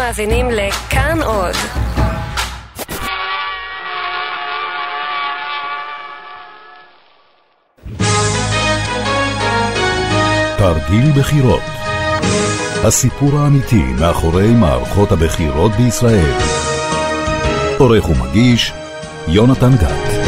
מאזינים לכאן עוד. תרגיל בחירות. הסיפור האמיתי מאחורי מערכות הבחירות בישראל. עורך ומגיש יונתן גת.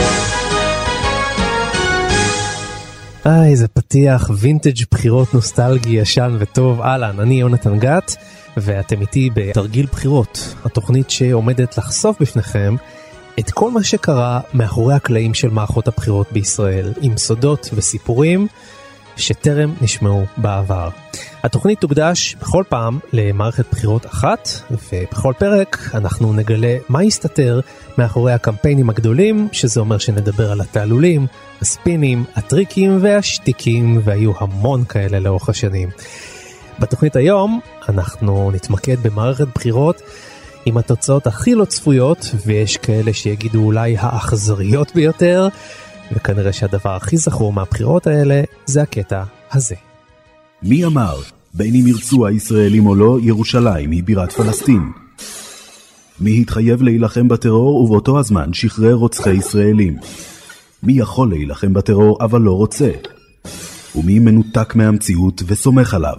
איזה פתיח וינטג' בחירות נוסטלגי ישן וטוב. אהלן, אני יונתן גת ואתם איתי בתרגיל בחירות, התוכנית שעומדת לחשוף בפניכם את כל מה שקרה מאחורי הקלעים של מערכות הבחירות בישראל, עם סודות וסיפורים שטרם נשמעו בעבר. התוכנית תוקדש בכל פעם למערכת בחירות אחת, ובכל פרק אנחנו נגלה מה יסתתר מאחורי הקמפיינים הגדולים, שזה אומר שנדבר על התעלולים, הספינים, הטריקים והשטיקים, והיו המון כאלה לאורך השנים. בתוכנית היום אנחנו נתמקד במערכת בחירות עם התוצאות הכי לא צפויות, ויש כאלה שיגידו אולי האכזריות ביותר, וכנראה שהדבר הכי זכור מהבחירות האלה זה הקטע הזה. מי אמר, בין אם ירצו הישראלים או לא, ירושלים היא בירת פלסטין? מי התחייב להילחם בטרור ובאותו הזמן שחרר רוצחי ישראלים? מי יכול להילחם בטרור אבל לא רוצה? ומי מנותק מהמציאות וסומך עליו?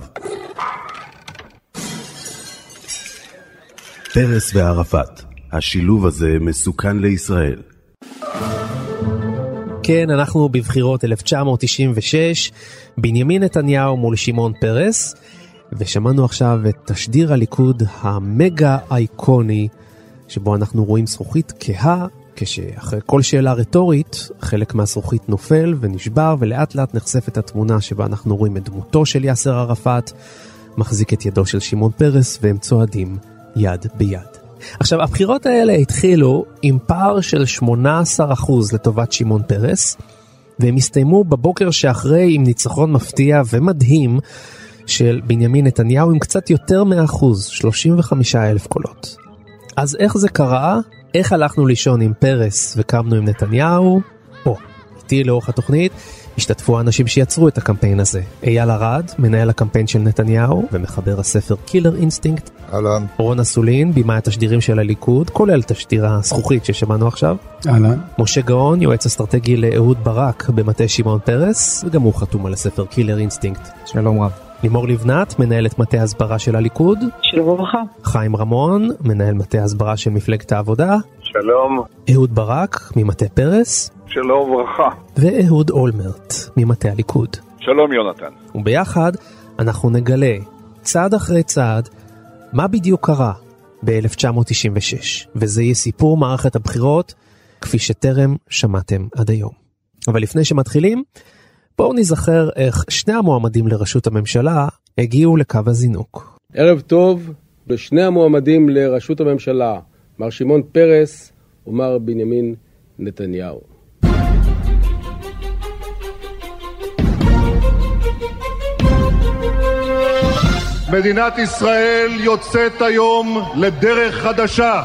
פרס וערפאת, השילוב הזה מסוכן לישראל. כן, אנחנו בבחירות 1996, בנימין נתניהו מול שמעון פרס, ושמענו עכשיו את תשדיר הליכוד המגה אייקוני, שבו אנחנו רואים זכוכית כהה, כשאחרי כל שאלה רטורית, חלק מהזכוכית נופל ונשבר, ולאט לאט נחשפת התמונה שבה אנחנו רואים את דמותו של יאסר ערפאת, מחזיק את ידו של שמעון פרס, והם צועדים יד ביד. עכשיו, הבחירות האלה התחילו עם פער של 18% לטובת שמעון פרס, והם הסתיימו בבוקר שאחרי עם ניצחון מפתיע ומדהים של בנימין נתניהו עם קצת יותר מ1%, 35,000 קולות. אז איך זה קרה? איך הלכנו לישון עם פרס וקמנו עם נתניהו? איתי לאורך התוכנית השתתפו האנשים שיצרו את הקמפיין הזה. אייל ארד, מנהל הקמפיין של נתניהו ומחבר הספר קילר אינסטינקט. אהלן. רון אסולין, בימה התשדירים של הליכוד, כולל תשדיר הזכוכית ששמענו עכשיו. אהלן. משה גאון, יועץ אסטרטגי לאהוד ברק במטה שמעון פרס, וגם הוא חתום על הספר קילר אינסטינקט. שלום רב. לימור לבנת, מנהלת מטה הסברה של הליכוד. שלום וברכה. חיים רמון, מנהל מטה הסברה של מפלגת העבודה. שלום. אהוד ברק, ממטה פרס. שלום וברכה. ואהוד אולמרט, ממטה הליכוד. שלום יונתן. וביחד אנחנו נגלה, צעד אחרי צעד, מה בדיוק קרה ב-1996, וזה יהיה סיפור מערכת הבחירות, כפי שטרם שמעתם עד היום. אבל לפני שמתחילים, בואו נזכר איך שני המועמדים לראשות הממשלה הגיעו לקו הזינוק. ערב טוב בשני המועמדים לראשות הממשלה, מר שמעון פרס ומר בנימין נתניהו. מדינת ישראל יוצאת היום לדרך חדשה.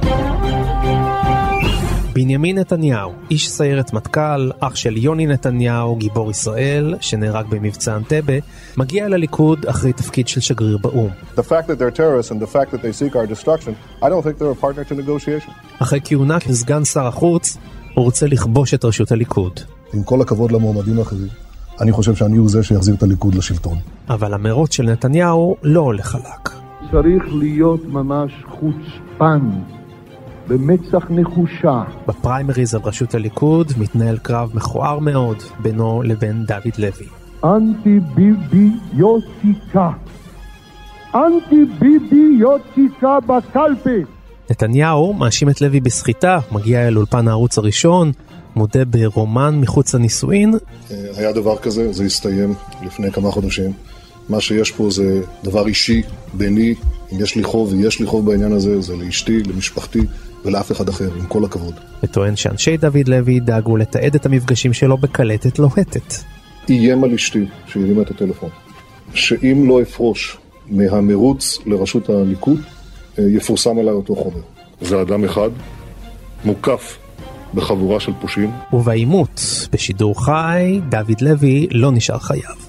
בנימין נתניהו, איש סיירת מטכ"ל, אח של יוני נתניהו, גיבור ישראל, שנהרג במבצע אנטבה, מגיע לליכוד אחרי תפקיד של שגריר באום. The fact that they're terrorists and the fact that they seek our destruction, I don't think they're a partner to negotiation. אחרי כהונה כסגן שר החוץ, הוא רוצה לכבוש את ראשות הליכוד. עם כל הכבוד למועמדים האחרים, אני חושב שאני הוא זה שיחזיר את הליכוד לשלטון. אבל המרוץ של נתניהו לא הולך חלק. צריך להיות ממש חוצפן, במצח נחושה. בפריימריז על ראשות הליכוד מתנהל קרב מכוער מאוד בינו לבין דוד לוי. אנטי ביביוטיקה. אנטי ביביוטיקה בקלפי. נתניהו מאשים את לוי בסחיטה, מגיע אל אולפן הערוץ הראשון, מודה ברומן מחוץ לנישואין. היה דבר כזה, זה הסתיים לפני כמה חודשים. מה שיש פה זה דבר אישי, ביני, אם יש לי חוב ויש לי חוב בעניין הזה, זה לאשתי, למשפחתי ולאף אחד אחר, עם כל הכבוד. וטוען שאנשי דוד לוי דאגו לתעד את המפגשים שלו בקלטת לוהטת. איים על אשתי שהרימה את הטלפון, שאם לא אפרוש מהמרוץ לראשות הליכוד, יפורסם עליי אותו חומר. זה אדם אחד, מוקף בחבורה של פושעים. ובעימות בשידור חי, דוד לוי לא נשאר חייב.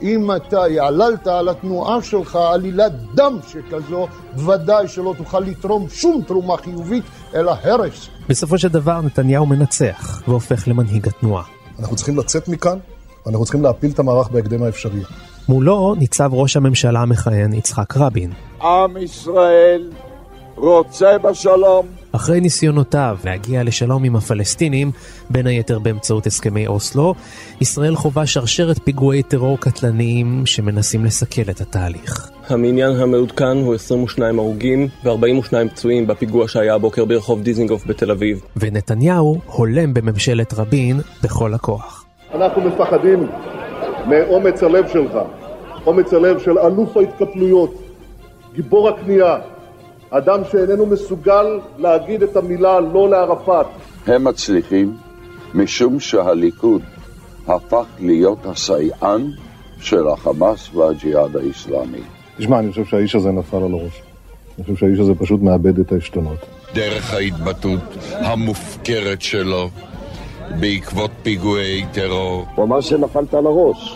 אם אתה יעללת על התנועה שלך עלילת דם שכזו, ודאי שלא תוכל לתרום שום תרומה חיובית, אלא הרס. בסופו של דבר נתניהו מנצח והופך למנהיג התנועה. אנחנו צריכים לצאת מכאן, ואנחנו צריכים להפיל את המערך בהקדם האפשרי. מולו ניצב ראש הממשלה המכהן יצחק רבין. עם ישראל רוצה בשלום. אחרי ניסיונותיו להגיע לשלום עם הפלסטינים, בין היתר באמצעות הסכמי אוסלו, ישראל חובה שרשרת פיגועי טרור קטלניים שמנסים לסכל את התהליך. המניין המעודכן הוא 22 הרוגים ו42 פצועים בפיגוע שהיה הבוקר ברחוב דיזינגוף בתל אביב. ונתניהו הולם בממשלת רבין בכל הכוח. אנחנו מפחדים מאומץ הלב שלך, אומץ הלב של אלוף ההתקפלויות, גיבור הקנייה, אדם שאיננו מסוגל להגיד את המילה לא לערפאת. הם מצליחים משום שהליכוד הפך להיות הסייען של החמאס והג'יהאד האסלאמי. תשמע, אני חושב שהאיש הזה נפל על הראש. אני חושב שהאיש הזה פשוט מאבד את העשתונות. דרך ההתבטאות המופקרת שלו בעקבות פיגועי טרור. הוא אמר שנפלת על הראש.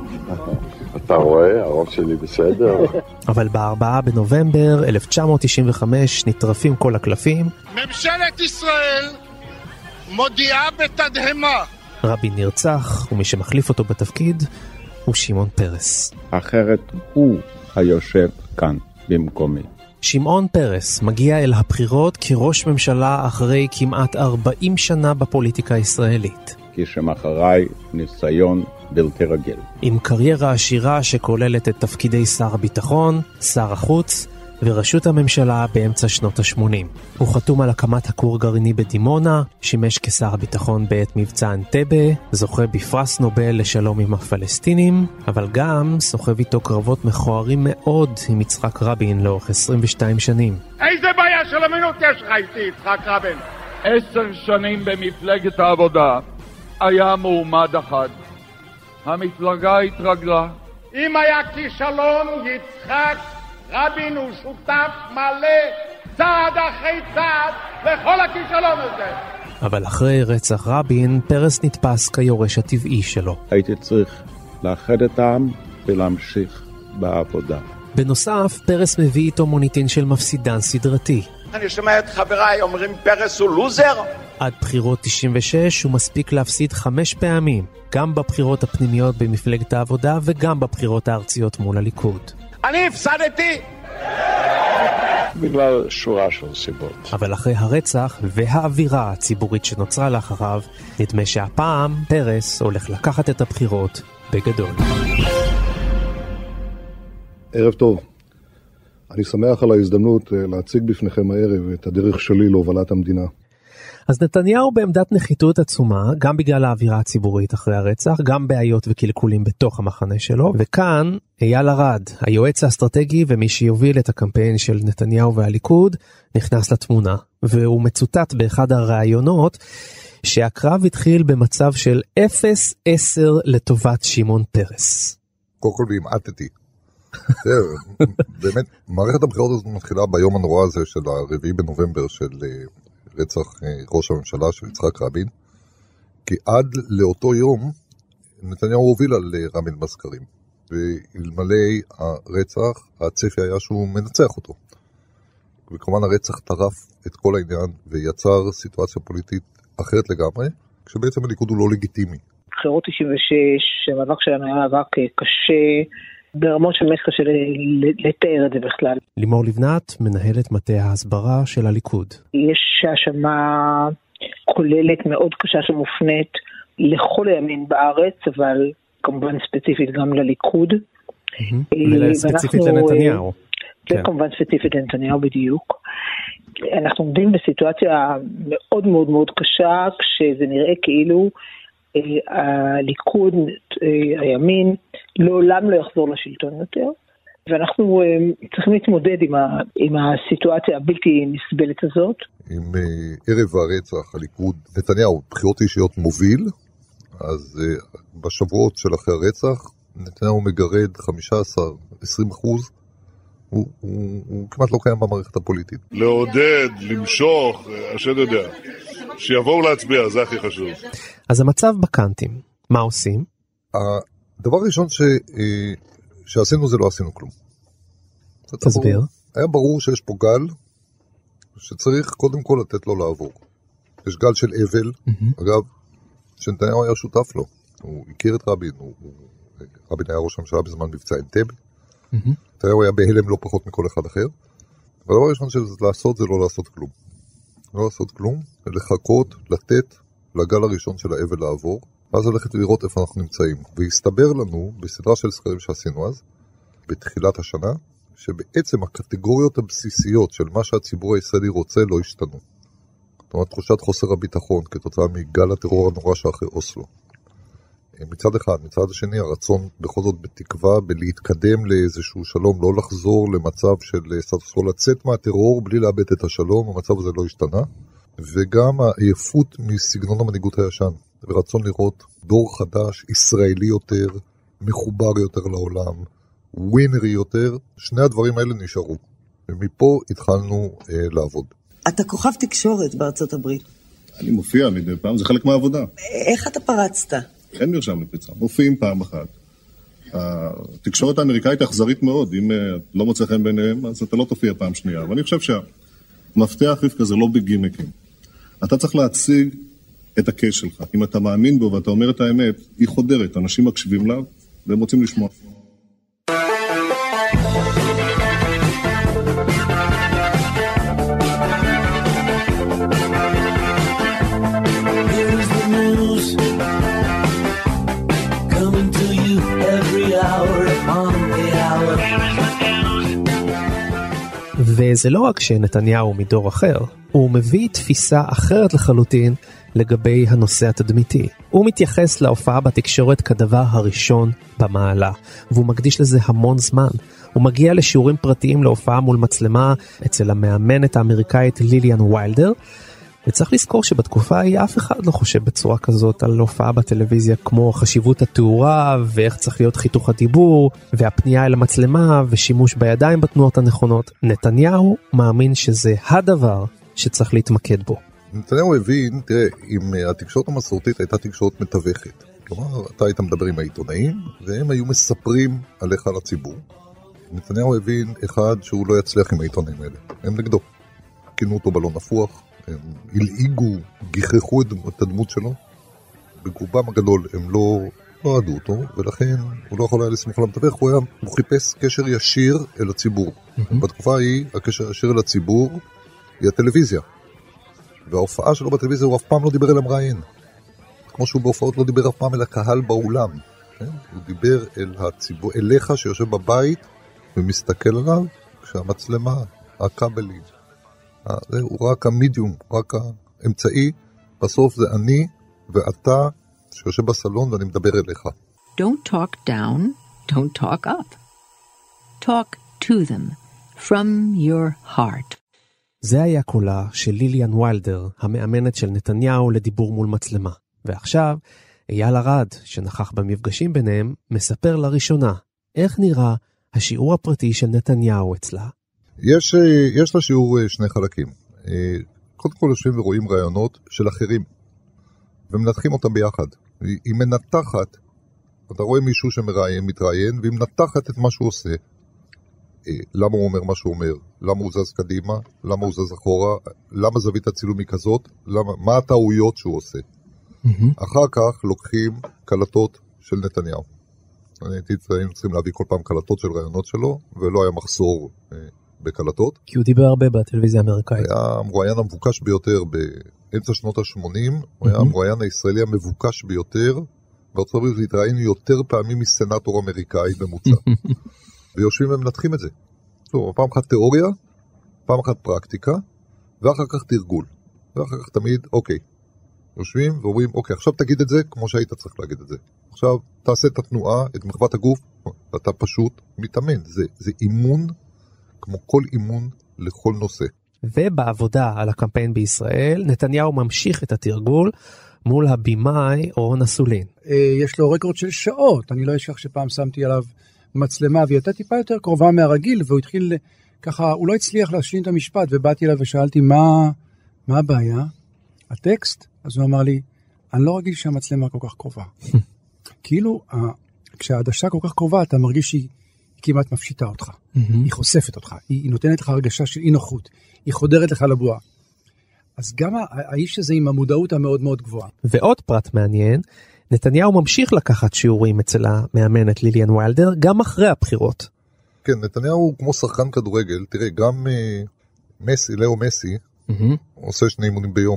אתה רואה, הראש שלי בסדר. אבל ב4 בנובמבר 1995 נטרפים כל הקלפים. ממשלת ישראל מודיעה בתדהמה. רבין נרצח, ומי שמחליף אותו בתפקיד הוא שמעון פרס. אחרת הוא היושב כאן במקומי. שמעון פרס מגיע אל הבחירות כראש ממשלה אחרי כמעט 40 שנה בפוליטיקה הישראלית. כשמאחוריי ניסיון בלתי רגיל. עם קריירה עשירה שכוללת את תפקידי שר הביטחון, שר החוץ וראשות הממשלה באמצע שנות ה-80. הוא חתום על הקמת הכור גרעיני בדימונה, שימש כשר הביטחון בעת מבצע אנטבה, זוכה בפרס נובל לשלום עם הפלסטינים, אבל גם סוחב איתו קרבות מכוערים מאוד עם יצחק רבין לאורך 22 שנים. איזה בעיה של אמינות יש לך איתי, יצחק רבין? 10 שנים במפלגת העבודה היה מועמד אחד. המפלגה התרגלה. אם היה כישלון, יצחק רבין הוא שותף מלא צעד אחרי צעד לכל הכישלון הזה. אבל אחרי רצח רבין, פרס נתפס כיורש הטבעי שלו. הייתי צריך לאחד את העם ולהמשיך בעבודה. בנוסף, פרס מביא איתו מוניטין של מפסידן סדרתי. אני שומע את חבריי אומרים פרס הוא לוזר. עד בחירות 96 הוא מספיק להפסיד 5 פעמים, גם בבחירות הפנימיות במפלגת העבודה וגם בבחירות הארציות מול הליכוד. אני הפסדתי! בגלל שורה של סיבות. אבל אחרי הרצח והאווירה הציבורית שנוצרה לאחריו, נדמה שהפעם פרס הולך לקחת את הבחירות בגדול. ערב טוב. אני שמח על ההזדמנות להציג בפניכם הערב את הדרך שלי להובלת המדינה. אז נתניהו בעמדת נחיתות עצומה, גם בגלל האווירה הציבורית אחרי הרצח, גם בעיות וקלקולים בתוך המחנה שלו, וכאן אייל ארד, היועץ האסטרטגי ומי שיוביל את הקמפיין של נתניהו והליכוד, נכנס לתמונה, והוא מצוטט באחד הראיונות, שהקרב התחיל במצב של 0-10 לטובת שמעון פרס. קודם כל והמעטתי. באמת, מערכת הבחירות הזאת מתחילה ביום הנורא הזה של 4 בנובמבר של רצח ראש הממשלה של יצחק רבין, כי עד לאותו יום נתניהו הוביל על רבין בסקרים, ואלמלא הרצח הצפי היה שהוא מנצח אותו. וכמובן הרצח טרף את כל העניין ויצר סיטואציה פוליטית אחרת לגמרי, כשבעצם הליכוד הוא לא לגיטימי. בחירות 96, המאבק שלנו היה מאבק קשה, ברמות שבאמת קשה לתאר את זה בכלל. לימור לבנת, מנהלת מטה ההסברה של הליכוד. יש האשמה כוללת מאוד קשה שמופנית לכל הימין בארץ, אבל כמובן ספציפית גם לליכוד. וספציפית לנתניהו. וכמובן ספציפית לנתניהו בדיוק. אנחנו עומדים בסיטואציה מאוד מאוד מאוד קשה, כשזה נראה כאילו הליכוד, הימין, לעולם לא יחזור לשלטון יותר, ואנחנו צריכים להתמודד עם הסיטואציה הבלתי נסבלת הזאת. עם ערב הרצח, הליכוד, נתניהו, בחירות אישיות מוביל, אז בשבועות של אחרי הרצח, נתניהו מגרד 15-20%, הוא כמעט לא קיים במערכת הפוליטית. לעודד, למשוך, השד יודע. שיבואו להצביע, זה הכי חשוב. אז המצב בקנטים, מה עושים? דבר ראשון שעשינו זה לא עשינו כלום. תסביר. היה ברור שיש פה גל שצריך קודם כל לתת לו לעבור. יש גל של אבל, אגב, שנתניהו היה שותף לו. הוא הכיר את רבין, רבין היה ראש הממשלה בזמן מבצע אנטבה. נתניהו היה בהלם לא פחות מכל אחד אחר. והדבר הראשון לעשות זה לא לעשות כלום. לא לעשות כלום, לחכות, לתת לגל הראשון של האבל לעבור, ואז ללכת לראות איפה אנחנו נמצאים. והסתבר לנו, בסדרה של סקרים שעשינו אז, בתחילת השנה, שבעצם הקטגוריות הבסיסיות של מה שהציבור הישראלי רוצה לא השתנו. זאת אומרת, תחושת חוסר הביטחון כתוצאה מגל הטרור הנורא שאחרי אוסלו. מצד אחד, מצד השני, הרצון בכל זאת בתקווה, בלהתקדם לאיזשהו שלום, לא לחזור למצב של סטטוס קוו, לצאת מהטרור בלי לאבד את השלום, המצב הזה לא השתנה. וגם העייפות מסגנון המנהיגות הישן, ורצון לראות דור חדש, ישראלי יותר, מחובר יותר לעולם, ווינרי יותר, שני הדברים האלה נשארו. ומפה התחלנו לעבוד. אתה כוכב תקשורת בארצות הברית. אני מופיע מדי פעם, זה חלק מהעבודה. איך אתה פרצת? אין מרשם לפריצה, מופיעים פעם אחת. התקשורת האמריקאית אכזרית מאוד, אם לא מוצא חן ביניהם, אז אתה לא תופיע פעם שנייה. ואני חושב שהמפתח רבקה זה לא בגימיקים. אתה צריך להציג את הקייס שלך. אם אתה מאמין בו ואתה אומר את האמת, היא חודרת, אנשים מקשיבים לה והם רוצים לשמוע. וזה לא רק שנתניהו מדור אחר, הוא מביא תפיסה אחרת לחלוטין לגבי הנושא התדמיתי. הוא מתייחס להופעה בתקשורת כדבר הראשון במעלה, והוא מקדיש לזה המון זמן. הוא מגיע לשיעורים פרטיים להופעה מול מצלמה אצל המאמנת האמריקאית ליליאן ויילדר, וצריך לזכור שבתקופה ההיא אף אחד לא חושב בצורה כזאת על הופעה בטלוויזיה כמו חשיבות התאורה ואיך צריך להיות חיתוך הדיבור והפנייה אל המצלמה ושימוש בידיים בתנועות הנכונות. נתניהו מאמין שזה הדבר שצריך להתמקד בו. נתניהו הבין, תראה, אם התקשורת המסורתית הייתה תקשורת מתווכת, כלומר אתה היית מדבר עם העיתונאים והם היו מספרים עליך על הציבור. נתניהו הבין אחד שהוא לא יצליח עם העיתונאים האלה, הם נגדו. כינו אותו בלון הפוך, הם הלעיגו, גיחכו את הדמות שלו, בגרובם הגדול הם לא אהדו אותו, ולכן הוא לא יכול היה לסמוך על המתווך, הוא חיפש קשר ישיר אל הציבור. בתקופה ההיא, הקשר הישיר אל הציבור היא הטלוויזיה. וההופעה שלו בטלוויזיה הוא אף פעם לא דיבר אל המראיין. כמו שהוא בהופעות לא דיבר אף פעם אל הקהל באולם. כן? הוא דיבר אל הציבור, אליך שיושב בבית ומסתכל עליו, כשהמצלמה, הכבלים, הוא רק המדיום, רק האמצעי, בסוף זה אני ואתה שיושב בסלון ואני מדבר אליך. Don't talk down, don't talk up. Talk to them from your heart. זה היה קולה של ליליאן ויילדר, המאמנת של נתניהו לדיבור מול מצלמה. ועכשיו, אייל ארד, שנכח במפגשים ביניהם, מספר לראשונה איך נראה השיעור הפרטי של נתניהו אצלה. יש לשיעור שני חלקים. קודם כל יושבים ורואים רעיונות של אחרים, ומנתחים אותם ביחד. היא מנתחת, אתה רואה מישהו מתראיין, והיא מנתחת את מה שהוא עושה. למה הוא אומר מה שהוא אומר, למה הוא זז קדימה, למה הוא זז אחורה, למה זווית הצילום היא כזאת, מה הטעויות שהוא עושה. אחר כך לוקחים קלטות של נתניהו. היינו צריכים להביא כל פעם קלטות של רעיונות שלו, ולא היה מחסור בקלטות. כי הוא דיבר הרבה בטלוויזיה האמריקאית. היה המרואיין המבוקש ביותר באמצע שנות ה-80, הוא היה המרואיין הישראלי המבוקש ביותר, בארצות הברית להתראיין יותר פעמים מסנטור אמריקאי במוצע. ויושבים ומנתחים את זה. טוב, פעם אחת תיאוריה, פעם אחת פרקטיקה, ואחר כך תרגול. ואחר כך תמיד, אוקיי. יושבים ואומרים, אוקיי, עכשיו תגיד את זה כמו שהיית צריך להגיד את זה. עכשיו תעשה את התנועה, את מחוות הגוף, ואתה פשוט מתאמן. זה אימון, כמו כל אימון לכל נושא. ובעבודה על הקמפיין בישראל, נתניהו ממשיך את התרגול מול הבימאי אורון אסולין. יש לו רקורד של שעות, אני לא אשכח שפעם שמתי עליו מצלמה, והיא הייתה טיפה יותר קרובה מהרגיל, והוא התחיל ככה, הוא לא הצליח להשלים את המשפט, ובאתי אליו ושאלתי מה הבעיה? הטקסט? אז הוא אמר לי, אני לא רגיל שהמצלמה כל כך קרובה. כאילו, כשהעדשה כל כך קרובה, אתה מרגיש שהיא כמעט מפשיטה אותך. היא חושפת אותך, היא נותנת לך הרגשה של אי נוחות, היא חודרת לך לבועה. אז גם האיש הזה עם המודעות המאוד מאוד גבוהה. ועוד פרט מעניין, נתניהו ממשיך לקחת שיעורים אצל המאמנת ליליאן ויילדר, גם אחרי הבחירות. כן, נתניהו הוא כמו שחקן כדורגל, תראה, גם מסי, לאו מסי, עושה 2 אימונים ביום.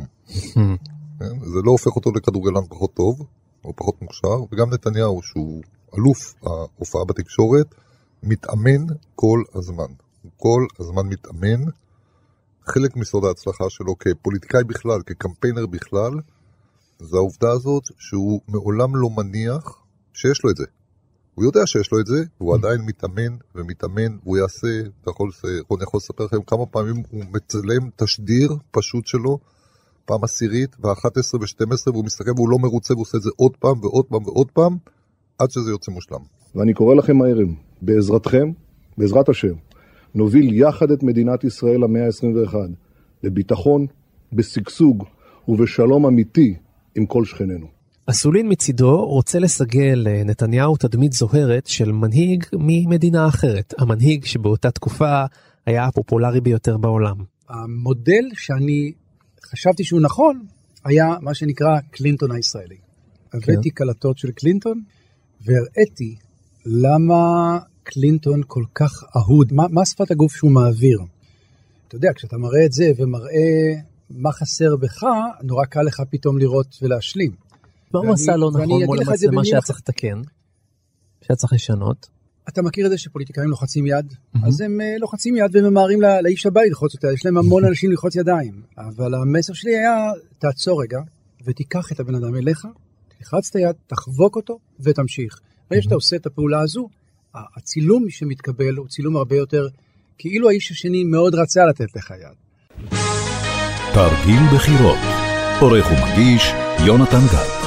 זה לא הופך אותו לכדורגלן פחות טוב, או פחות מוכשר, וגם נתניהו, שהוא אלוף ההופעה בתקשורת, מתאמן כל הזמן. הוא כל הזמן מתאמן. חלק מסוד ההצלחה שלו כפוליטיקאי בכלל, כקמפיינר בכלל, זה העובדה הזאת שהוא מעולם לא מניח שיש לו את זה. הוא יודע שיש לו את זה, והוא עדיין מתאמן ומתאמן, והוא יעשה, אני יכול לספר לכם כמה פעמים הוא מצלם תשדיר פשוט שלו, פעם 10 ו-11 ו-12, והוא מסתכל והוא לא מרוצה, והוא עושה את זה עוד פעם ועוד פעם ועוד פעם, עד שזה יוצא מושלם. ואני קורא לכם הערב, בעזרתכם, בעזרת השם, נוביל יחד את מדינת ישראל ל-121, לביטחון, בשגשוג ובשלום אמיתי עם כל שכנינו. אסולין מצידו רוצה לסגל לנתניהו תדמית זוהרת של מנהיג ממדינה אחרת, המנהיג שבאותה תקופה היה הפופולרי ביותר בעולם. המודל שאני חשבתי שהוא נכון, היה מה שנקרא קלינטון הישראלי. הבאתי קלטות של קלינטון, והראיתי למה קלינטון כל כך אהוד, מה שפת הגוף שהוא מעביר. אתה יודע, כשאתה מראה את זה ומראה מה חסר בך, נורא קל לך פתאום לראות ולהשלים. מה הוא עשה לא נכון מול המצלמה שהיה צריך לתקן? שהיה צריך לשנות? אתה מכיר את זה שפוליטיקאים לוחצים יד? אז הם לוחצים יד וממהרים לאיש הבא ללחוץ אותה. יש להם המון אנשים ללחוץ ידיים. אבל המסר שלי היה, תעצור רגע, ותיקח את הבן אדם אליך, תלחץ את היד, תחבוק אותו, ותמשיך. ואם שאתה עושה את הפעולה הזו, הצילום שמתקבל הוא צילום הרבה יותר, כאילו האיש השני מאוד רצה לתת לך יד. תרגיל בחירות. עורך ומגיש יונתן גת.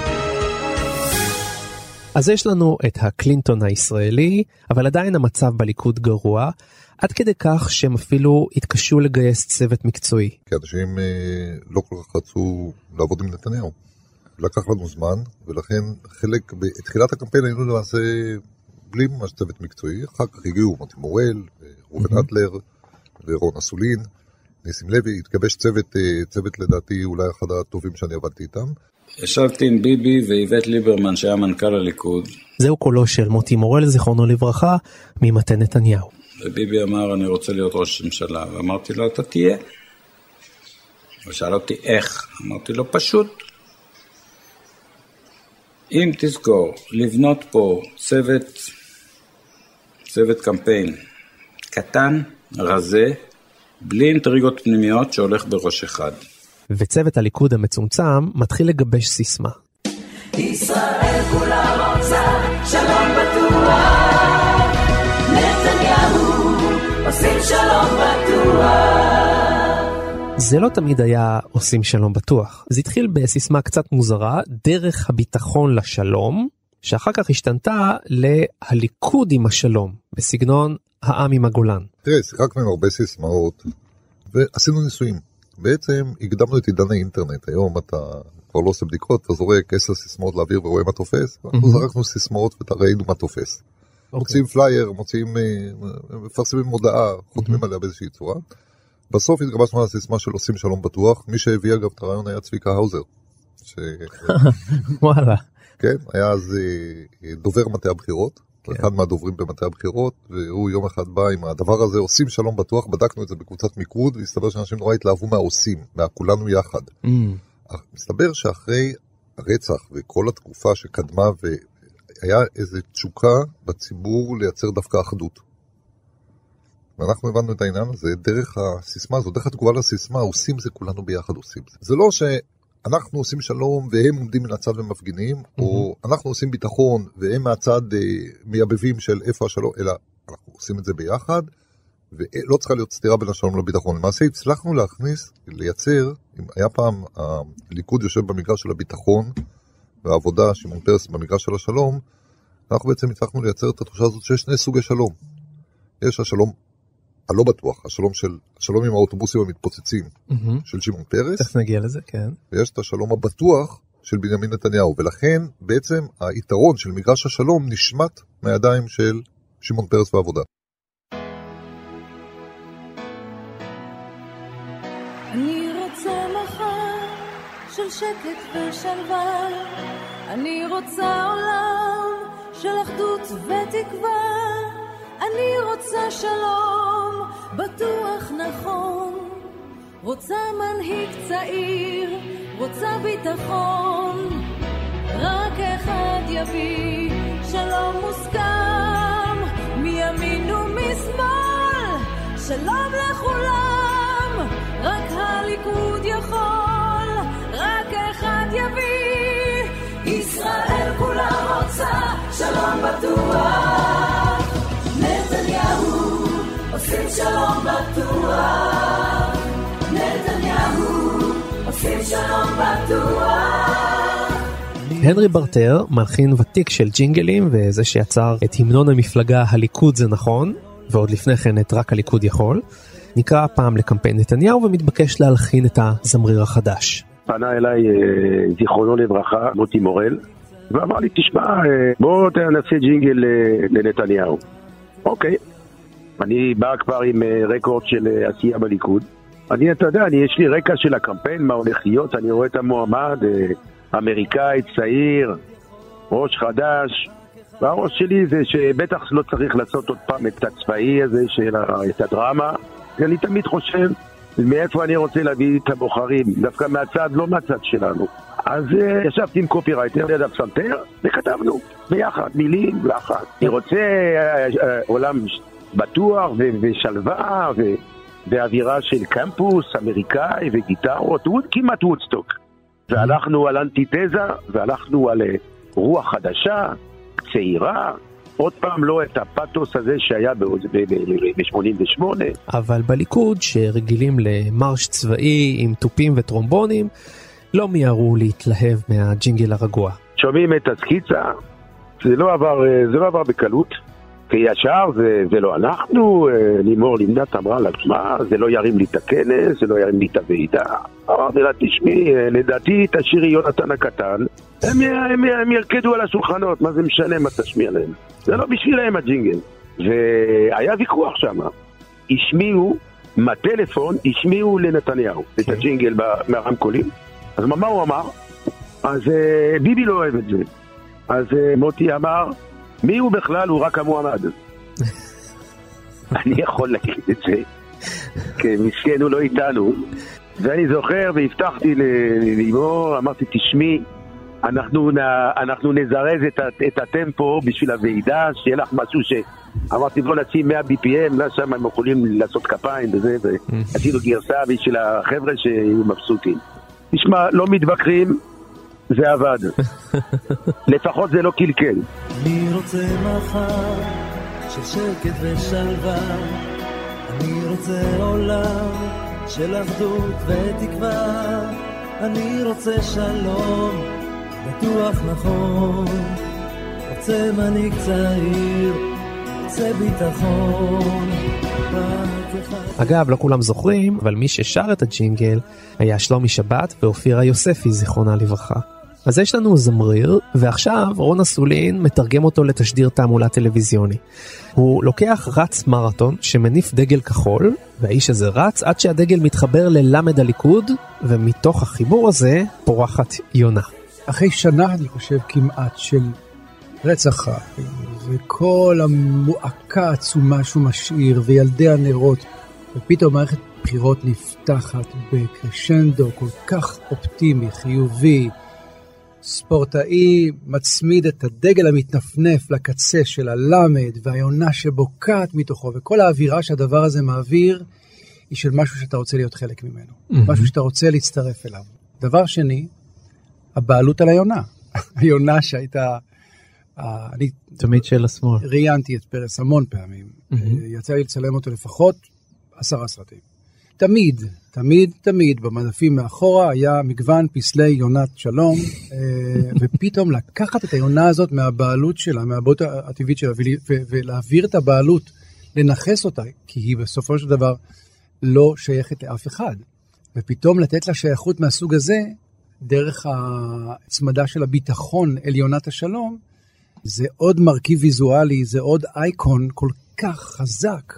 אז יש לנו את הקלינטון הישראלי, אבל עדיין המצב בליכוד גרוע, עד כדי כך שהם אפילו התקשו לגייס צוות מקצועי. כי אנשים לא כל כך רצו לעבוד עם נתניהו. לקח לנו זמן, ולכן חלק, בתחילת הקמפיין היינו למעשה בלי ממש צוות מקצועי, אחר כך הגיעו מוטי מורל, רובן אטלר, ורון אסולין, ניסים לוי, התגבש צוות לדעתי אולי אחד הטובים שאני עבדתי איתם. ישבתי עם ביבי ואיווט ליברמן שהיה מנכ"ל הליכוד. זהו קולו של מוטי מורל, זיכרונו לברכה, ממטה נתניהו. וביבי אמר, אני רוצה להיות ראש ממשלה, ואמרתי לו, אתה תהיה. ושאל אותי איך, אמרתי לו, פשוט. אם תזכור, לבנות פה צוות קמפיין קטן, רזה, בלי אינטריגות פנימיות שהולך בראש אחד. וצוות הליכוד המצומצם מתחיל לגבש סיסמה. ישראל כולה רוצה שלום בטוח, נתניהו עושים שלום בטוח. זה לא תמיד היה עושים שלום בטוח. זה התחיל בסיסמה קצת מוזרה, דרך הביטחון לשלום, שאחר כך השתנתה להליכוד עם השלום, בסגנון העם עם הגולן. תראה, שיחקנו עם הרבה סיסמאות, ועשינו ניסויים. בעצם הקדמנו את עידן האינטרנט. היום אתה כבר לא עושה בדיקות, אתה זורק 10 סיסמאות לאוויר ורואה מה תופס. אנחנו זרקנו סיסמאות וראינו מה תופס. מוציאים פלייר, מפרסמים מודעה, חותמים עליה באיזושהי צורה. בסוף התגבשנו על הסיסמה של עושים שלום בטוח. מי שהביא אגב את הרעיון היה צביקה האוזר. וואלה. כן, היה אז דובר מטה הבחירות. אחד מהדוברים במטה הבחירות, והוא יום אחד בא עם הדבר הזה, עושים שלום בטוח, בדקנו את זה בקבוצת מיקוד, והסתבר שאנשים נורא התלהבו מהעושים, מהכולנו יחד. מסתבר שאחרי הרצח וכל התקופה שקדמה, והיה איזו תשוקה בציבור לייצר דווקא אחדות. ואנחנו הבנו את העניין הזה דרך הסיסמה הזאת, דרך התגובה לסיסמה, עושים זה כולנו ביחד עושים. זה לא שאנחנו עושים שלום והם עומדים מן הצד ומפגינים, או אנחנו עושים ביטחון והם מהצד מייבבים של איפה השלום, אלא אנחנו עושים את זה ביחד, ולא צריכה להיות סתירה בין השלום לביטחון. למעשה הצלחנו לייצר, היה פעם הליכוד יושב במגרש של הביטחון, והעבודה, שמעון פרס במגרש של השלום, אנחנו בעצם הצלחנו לייצר את התחושה הזאת שיש שני סוגי שלום. יש השלום הלא בטוח, השלום עם האוטובוסים המתפוצצים של שמעון פרס. תכף נגיע לזה, כן. ויש את השלום הבטוח של בנימין נתניהו, ולכן בעצם היתרון של מגרש השלום נשמט מהידיים של שמעון פרס ועבודה. אני רוצה מחר של שקט ושלווה, אני רוצה עולם של אחדות ותקווה, אני רוצה שלום בטוח נכון, רוצה מנהיג צעיר, רוצה ביטחון, רק אחד יביא שלום מוסכם, מימין ומשמאל, שלום לכולם, רק הליכוד יכול, רק אחד יביא, ישראל כולה רוצה שלום בטוח, נתניהו עושים שלום בטוח, נתניהו עושים שלום בטוח. הנרי ברטר, מלחין ותיק של ג'ינגלים וזה שיצר את המנון המפלגה הליכוד זה נכון, ועוד לפני כן את רק הליכוד יכול, נקרא הפעם לקמפיין נתניהו ומתבקש להלחין את הזמריר החדש. פנה אליי זיכרונו לברכה מוטי מורל ואמר לי תשמע בוא תנסה ג'ינגל לנתניהו. אוקיי, אני בא כבר עם רקורד של עשייה בליכוד, אתה יודע, יש לי רקע של הקמפיין, מה הולך להיות, אני רואה את המועמד, אמריקאי, צעיר, ראש חדש, והראש שלי זה שבטח לא צריך לעשות עוד פעם את הצבאי הזה, את הדרמה, אני תמיד חושב מאיפה אני רוצה להביא את הבוחרים, דווקא מהצד, לא מהצד שלנו. אז ישבתי עם קופירייטר, ליד הפסנתר, וכתבנו ביחד, מילים ביחד. אני רוצה עולם בטוח ושלווה ואווירה של קמפוס אמריקאי וגיטרות, כמעט וודסטוק. והלכנו על אנטיתזה, והלכנו על רוח חדשה, צעירה, עוד פעם לא את הפאטוס הזה שהיה ב-88. אבל בליכוד שרגילים למרש צבאי עם טופים וטרומבונים, לא מיהרו להתלהב מהג'ינגל הרגוע. שומעים את הסקיצה, זה לא עבר בקלות, כי ישר זה לא אנחנו, לימור לבנת אמרה לעצמה, זה לא ירים לי את הכנס, זה לא ירים לי את הוועידה. אמרתי לה, תשמעי, לדעתי תשאירי יונתן הקטן, הם ירקדו על השולחנות, מה זה משנה מה תשמיע להם? זה לא בשבילהם הג'ינגל. והיה ויכוח שם, השמיעו, מהטלפון, השמיעו לנתניהו את הג'ינגל מהרמקולים. אז מה הוא אמר? אז ביבי לא אוהב את זה. אז מוטי אמר, מי הוא בכלל? הוא רק המועמד. אני יכול להגיד את זה, כי מסכן הוא לא איתנו. ואני זוכר והבטחתי לימור, אמרתי תשמעי, אנחנו נזרז את הטמפו בשביל הוועידה, שיהיה לך משהו אמרתי בוא נשים 100 BPM, לא שם הם יכולים לעשות כפיים וזה, ועשינו גרסה בשביל החבר'ה שיהיו מבסוטים. תשמע, לא מתווכחים, זה עבד. לפחות זה לא קלקל. אני רוצה מחר של שקט ושלווה, אני רוצה עולם של אחדות ותקווה, אני רוצה שלום בטוח נכון, רוצה מנהיג צעיר, רוצה ביטחון. אגב, לא כולם זוכרים, אבל מי ששר את הג'ינגל היה שלומי שבת ואופירה יוספי, זיכרונה לברכה. אז יש לנו זמריר, ועכשיו רון אסולין מתרגם אותו לתשדיר תעמולה טלוויזיוני. הוא לוקח רץ מרתון שמניף דגל כחול, והאיש הזה רץ עד שהדגל מתחבר ללמד הליכוד, ומתוך החיבור הזה פורחת יונה. אחרי שנה, אני חושב, כמעט של רצח, וכל המועקה העצומה שהוא משאיר, וילדי הנרות, ופתאום מערכת בחירות נפתחת בקרשנדו כל כך אופטימי, חיובי, ספורטאי מצמיד את הדגל המתנפנף לקצה של הלמד, והיונה שבוקעת מתוכו, וכל האווירה שהדבר הזה מעביר, היא של משהו שאתה רוצה להיות חלק ממנו. משהו שאתה רוצה להצטרף אליו. דבר שני, הבעלות על היונה. היונה שהייתה... אני תמיד של השמאל. ראיינתי את פרס המון פעמים. יצא לי לצלם אותו לפחות 10 סרטים. תמיד במדפים מאחורה היה מגוון פסלי יונת שלום, ופתאום לקחת את היונה הזאת מהבעלות שלה, מהבעלות הטבעית שלה, ולהעביר את הבעלות, לנחס אותה, כי היא בסופו של דבר לא שייכת לאף אחד. ופתאום לתת לה שייכות מהסוג הזה, דרך הצמדה של הביטחון אל יונת השלום, זה עוד מרכיב ויזואלי, זה עוד אייקון כל כך חזק,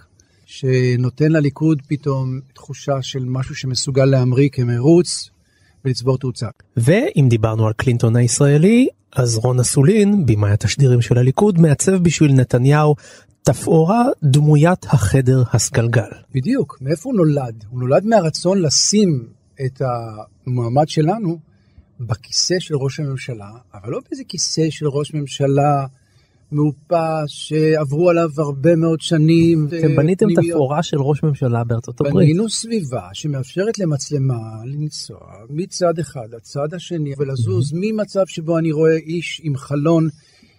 שנותן לליכוד פתאום תחושה של משהו שמסוגל להמריא כמרוץ ולצבור תאוצה. ואם דיברנו על קלינטון הישראלי, אז רון אסולין, במאי התשדירים של הליכוד, מעצב בשביל נתניהו תפאורה דמוית החדר הסגלגל. בדיוק, מאיפה הוא נולד? הוא נולד מהרצון לשים את המועמד שלנו בכיסא של ראש הממשלה, אבל לא באיזה כיסא של ראש ממשלה מאופס שעברו עליו הרבה מאוד שנים. אתם בניתם תפאורה של ראש ממשלה בארצות הברית. בנינו סביבה שמאפשרת למצלמה לנסוע מצד אחד לצד השני ולזוז ממצב שבו אני רואה איש עם חלון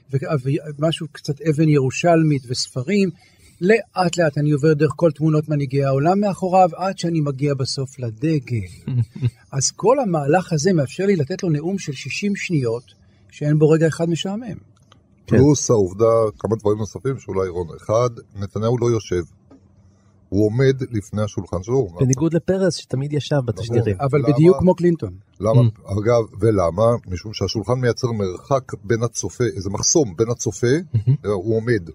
ומשהו קצת אבן ירושלמית וספרים, לאט לאט אני עובר דרך כל תמונות מנהיגי העולם מאחוריו, עד שאני מגיע בסוף לדגל. אז כל המהלך הזה מאפשר לי לתת לו נאום של 60 שניות, שאין בו רגע אחד משעמם. פלוס העובדה, כמה דברים נוספים שאולי רון. אחד, נתניהו לא יושב. הוא עומד לפני השולחן שלו. בניגוד לפרס שתמיד ישב בתשדירים. אבל בדיוק כמו קלינטון. למה? אגב, ולמה? משום שהשולחן מייצר מרחק בין הצופה, איזה מחסום בין הצופה, הוא עומד.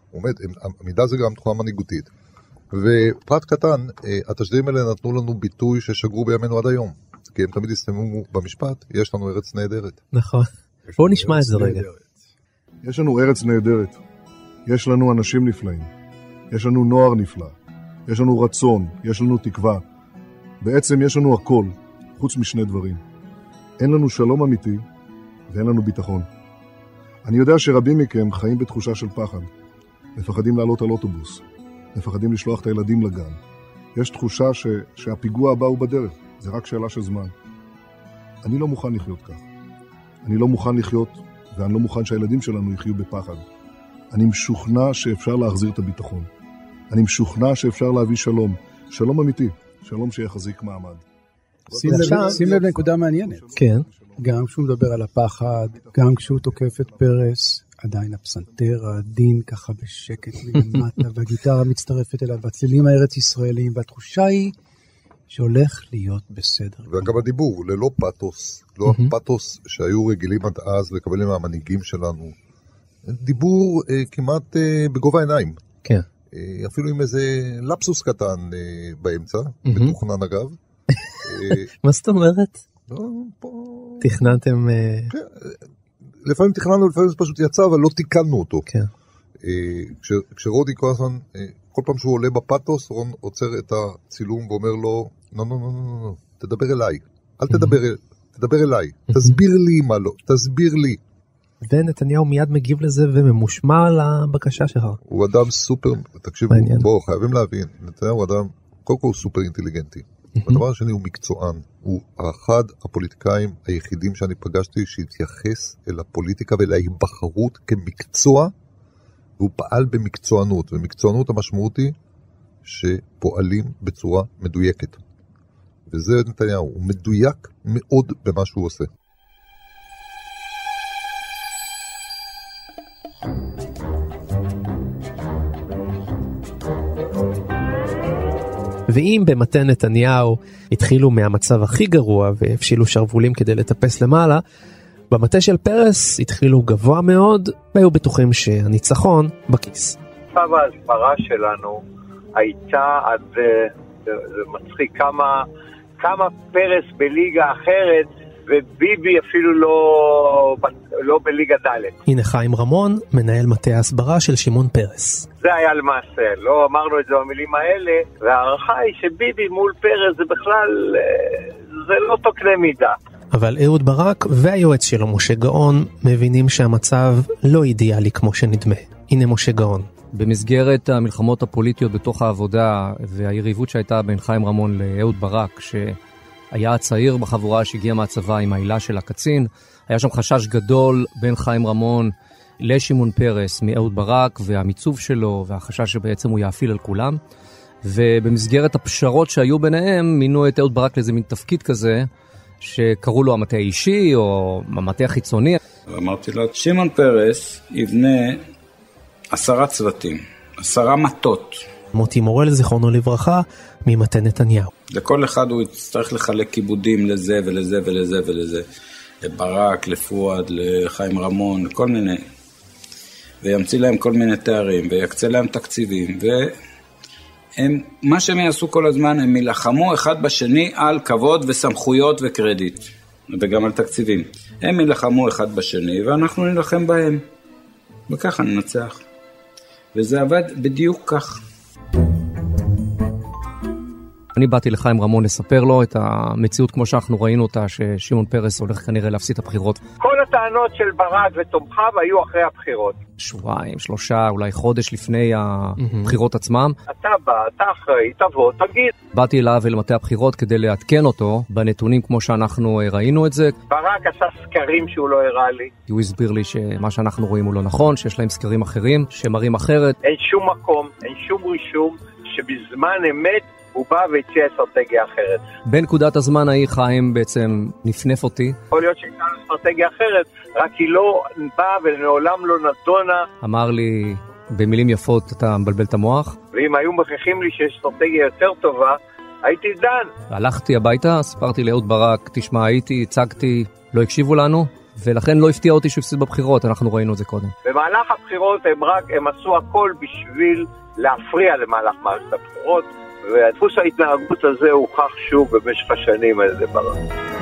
המידה זה גם תכונה מנהיגותית. ופרט קטן, התשדירים האלה נתנו לנו ביטוי ששגרו בימינו עד היום. כי הם תמיד הסתיימו במשפט, יש לנו ארץ נהדרת. נכון. בואו נשמע את זה רגע. יש לנו ארץ נהדרת. יש לנו אנשים נפלאים. יש לנו נוער נפלא. יש לנו רצון. יש לנו תקווה. בעצם יש לנו הכל, חוץ משני דברים. אין לנו שלום אמיתי, ואין לנו ביטחון. אני יודע שרבים מכם חיים בתחושה של פחד. מפחדים לעלות על אוטובוס. מפחדים לשלוח את הילדים לגן. יש תחושה שהפיגוע הבא הוא בדרך. זה רק שאלה של זמן. אני לא מוכן לחיות כך. אני לא מוכן לחיות, ואני לא מוכן שהילדים שלנו יחיו בפחד. אני משוכנע שאפשר להחזיר את הביטחון. אני משוכנע שאפשר להביא שלום. שלום אמיתי. שלום שיחזיק מעמד. שים לב לנקודה מעניינת. כן. גם כשהוא מדבר על הפחד, גם כשהוא תוקף את פרס, עדיין הפסנתר העדין ככה בשקט מלמטה, והגיטרה מצטרפת אליו, והצלילים הארץ ישראלים, והתחושה היא שהולך להיות בסדר. וגם הדיבור, ללא פאטוס, לא הפאטוס שהיו רגילים עד אז לקבל מהמנהיגים שלנו. דיבור כמעט בגובה העיניים. כן. אפילו עם איזה לפסוס קטן באמצע, מתוכנן אגב. מה זאת אומרת? תכננתם... לפעמים תכננו, לפעמים זה פשוט יצא, אבל לא תיקנו אותו. כשרודי כל הזמן, כל פעם שהוא עולה בפאטוס, רון עוצר את הצילום ואומר לו, לא, תדבר אליי. אל תדבר אליי. תסביר לי מה לא, תסביר לי. ונתניהו מיד מגיב לזה וממושמע על הבקשה שלך. הוא אדם סופר, תקשיבו, בואו, חייבים להבין, נתניהו הוא אדם, קודם כל הוא סופר אינטליגנטי. הדבר השני הוא מקצוען. הוא אחד הפוליטיקאים היחידים שאני פגשתי שהתייחס אל הפוליטיקה ולהיבחרות כמקצוע, והוא פעל במקצוענות, ומקצוענות המשמעות היא שפועלים בצורה מדויקת. וזה נתניהו, הוא מדויק מאוד במה שהוא עושה. ואם במטה נתניהו התחילו מהמצב הכי גרוע והפשילו שרבולים כדי לטפס למעלה, במטה של פרס התחילו גבוה מאוד והיו בטוחים שהניצחון בכיס. מצב ההסברה שלנו הייתה, זה מצחיק, כמה פרס בליגה אחרת וביבי אפילו לא בליגה ד'. הנה חיים רמון, מנהל מטה ההסברה של שמעון פרס. זה היה למעשה, לא אמרנו את זה במילים האלה, והערכה היא שביבי מול פרס זה בכלל, זה לא תוקנה מידה. אבל אהוד ברק והיועץ שלו משה גאון מבינים שהמצב לא אידיאלי כמו שנדמה. הנה משה גאון. במסגרת המלחמות הפוליטיות בתוך העבודה והיריבות שהייתה בין חיים רמון לאהוד ברק, שהיה הצעיר בחבורה שהגיע מהצבא עם העילה של הקצין, היה שם חשש גדול בין חיים רמון לשמעון פרס מאהוד ברק והמיצוב שלו, והחשש שבעצם הוא יאפיל על כולם. ובמסגרת הפשרות שהיו ביניהם, מינו את אהוד ברק לאיזה מין תפקיד כזה, שקראו לו המטה האישי או המטה החיצוני. אמרתי לו, שמעון פרס יבנה 10 צוותים, 10 מטות, מוטי מורל, זיכרונו לברכה, ממטה נתניהו. לכל אחד הוא יצטרך לחלק כיבודים לזה ולזה ולזה ולזה. לברק, לפואד, לחיים רמון, כל מיני. וימציא להם כל מיני תארים, ויקצה להם תקציבים, מה שהם יעשו כל הזמן, הם ילחמו אחד בשני על כבוד וסמכויות וקרדיט, וגם על תקציבים. הם ילחמו אחד בשני, ואנחנו נלחם בהם. וככה ננצח. וזה עבד בדיוק כך. אני באתי לחיים רמון לספר לו את המציאות כמו שאנחנו ראינו אותה, ששמעון פרס הולך כנראה להפסיד את הבחירות. כל הטענות של ברק ותומכיו היו אחרי הבחירות. שבועיים, 3, אולי חודש לפני הבחירות עצמם. אתה בא, אתה אחראי, תבוא, תגיד. באתי אליו ולמטה הבחירות כדי לעדכן אותו בנתונים כמו שאנחנו ראינו את זה. ברק עשה סקרים שהוא לא הראה לי. הוא הסביר לי שמה שאנחנו רואים הוא לא נכון, שיש להם סקרים אחרים שמראים אחרת. אין שום מקום, אין שום רישום שבזמן אמת הוא בא והציע אסטרטגיה אחרת. בנקודת הזמן ההיא חיים בעצם נפנף אותי. יכול להיות שהייתה אסטרטגיה אחרת, רק היא לא באה ולעולם לא נדונה. אמר לי במילים יפות, אתה מבלבל את המוח. ואם היו מכריחים לי שיש אסטרטגיה יותר טובה, הייתי דן. הלכתי הביתה, סיפרתי לאהוד ברק, תשמע, הייתי, הצגתי, לא הקשיבו לנו, ולכן לא הפתיע אותי שהפסיד בבחירות, אנחנו ראינו את זה קודם. במהלך הבחירות הם עשו הכל בשביל להפריע למהלך מערכת הבחירות, והדפוס ההתנהגות הזה הוכח שוב במשך השנים על זה ברק.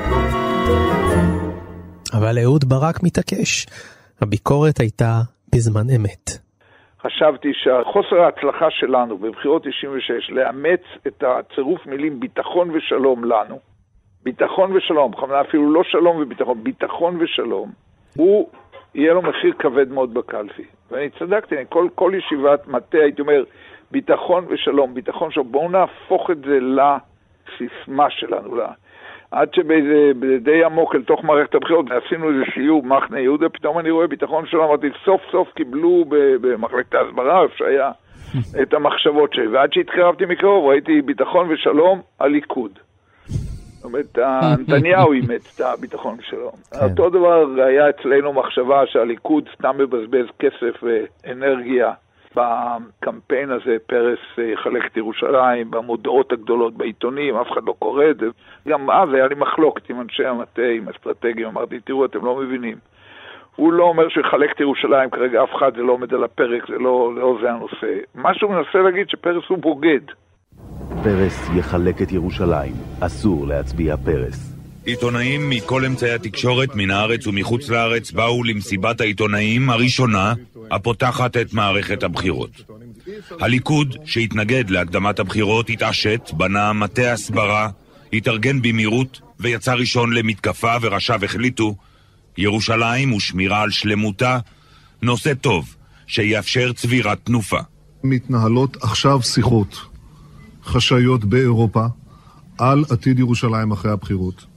אבל אהוד ברק מתעקש. הביקורת הייתה בזמן אמת. חשבתי שהחוסר ההצלחה שלנו בבחירות 96 לאמץ את הצירוף מילים ביטחון ושלום לנו, ביטחון ושלום, בכוונה אפילו לא שלום וביטחון, ביטחון ושלום, הוא יהיה לו מחיר כבד מאוד בקלפי. ואני צדקתי, כל ישיבת מטה הייתי אומר, ביטחון ושלום, ביטחון שלום, בואו נהפוך את זה לסיסמה שלנו, עד שבדי עמוק אל תוך מערכת הבחירות, עשינו איזה שיעור מחנה יהודה, פתאום אני רואה ביטחון שלום, אמרתי, סוף סוף קיבלו במחלקת ההסברה, שהיה את המחשבות שלי, ועד שהתקרבתי מקרוב, ראיתי ביטחון ושלום, הליכוד. זאת אומרת, נתניהו אימץ את הביטחון ושלום. אותו דבר היה אצלנו מחשבה שהליכוד סתם מבזבז כסף ואנרגיה, בקמפיין הזה פרס יחלק את ירושלים, במודעות הגדולות בעיתונים, אף אחד לא קורא את זה. גם אז היה לי מחלוקת עם אנשי המטה, עם אסטרטגיה, אמרתי, תראו, אתם לא מבינים. הוא לא אומר שיחלק את ירושלים, כרגע אף אחד זה לא עומד על הפרק, זה לא זה הנושא. מה שהוא מנסה להגיד שפרס הוא בוגד. פרס יחלק את ירושלים, אסור להצביע פרס. עיתונאים מכל אמצעי התקשורת מן הארץ ומחוץ לארץ באו למסיבת העיתונאים הראשונה הפותחת את מערכת הבחירות. הליכוד שהתנגד להקדמת הבחירות התעשת, בנה מטה הסברה, התארגן במהירות ויצא ראשון למתקפה, וראשיו החליטו ירושלים ושמירה על שלמותה נושא טוב שיאפשר צבירת תנופה. מתנהלות עכשיו שיחות חשאיות באירופה על עתיד ירושלים אחרי הבחירות.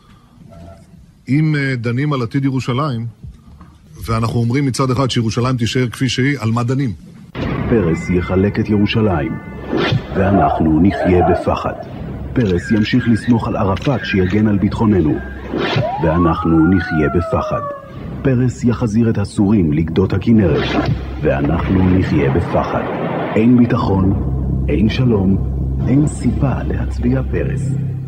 אם דנים על עתיד ירושלים, ואנחנו אומרים מצד אחד שירושלים תישאר כפי שהיא, על מה דנים? פרס יחלק את ירושלים, ואנחנו נחיה בפחד. פרס ימשיך לסמוך על ערפאת שיגן על ביטחוננו, ואנחנו נחיה בפחד. פרס יחזיר את הסורים לגדות הכנרת, ואנחנו נחיה בפחד. אין ביטחון, אין שלום, אין סיבה להצביע פרס.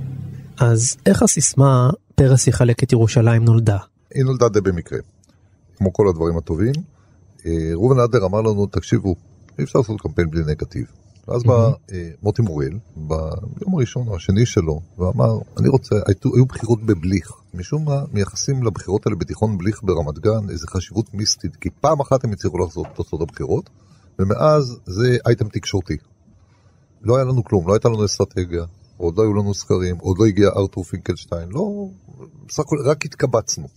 אז איך הסיסמה פרס יחלק את ירושלים נולדה? היא נולדה די במקרה. כמו כל הדברים הטובים, ראובן אדלר אמר לנו, תקשיבו, אי אפשר לעשות קמפיין בלי נגטיב. ואז בא מוטי מורל, ביום הראשון או השני שלו, ואמר, אני רוצה, היו בחירות בבליך. משום מה, מייחסים לבחירות האלה בתיכון בליך ברמת גן איזו חשיבות מיסטית, כי פעם אחת הם הצליחו לחזות תוצאות הבחירות, ומאז זה אייטם תקשורתי. לא היה לנו כלום, לא הייתה לנו אסטרטגיה, עוד לא היו לנו סקרים, עוד לא הגיע ארתור פינקלשטיין, לא, בסך הכל רק התקבצנו.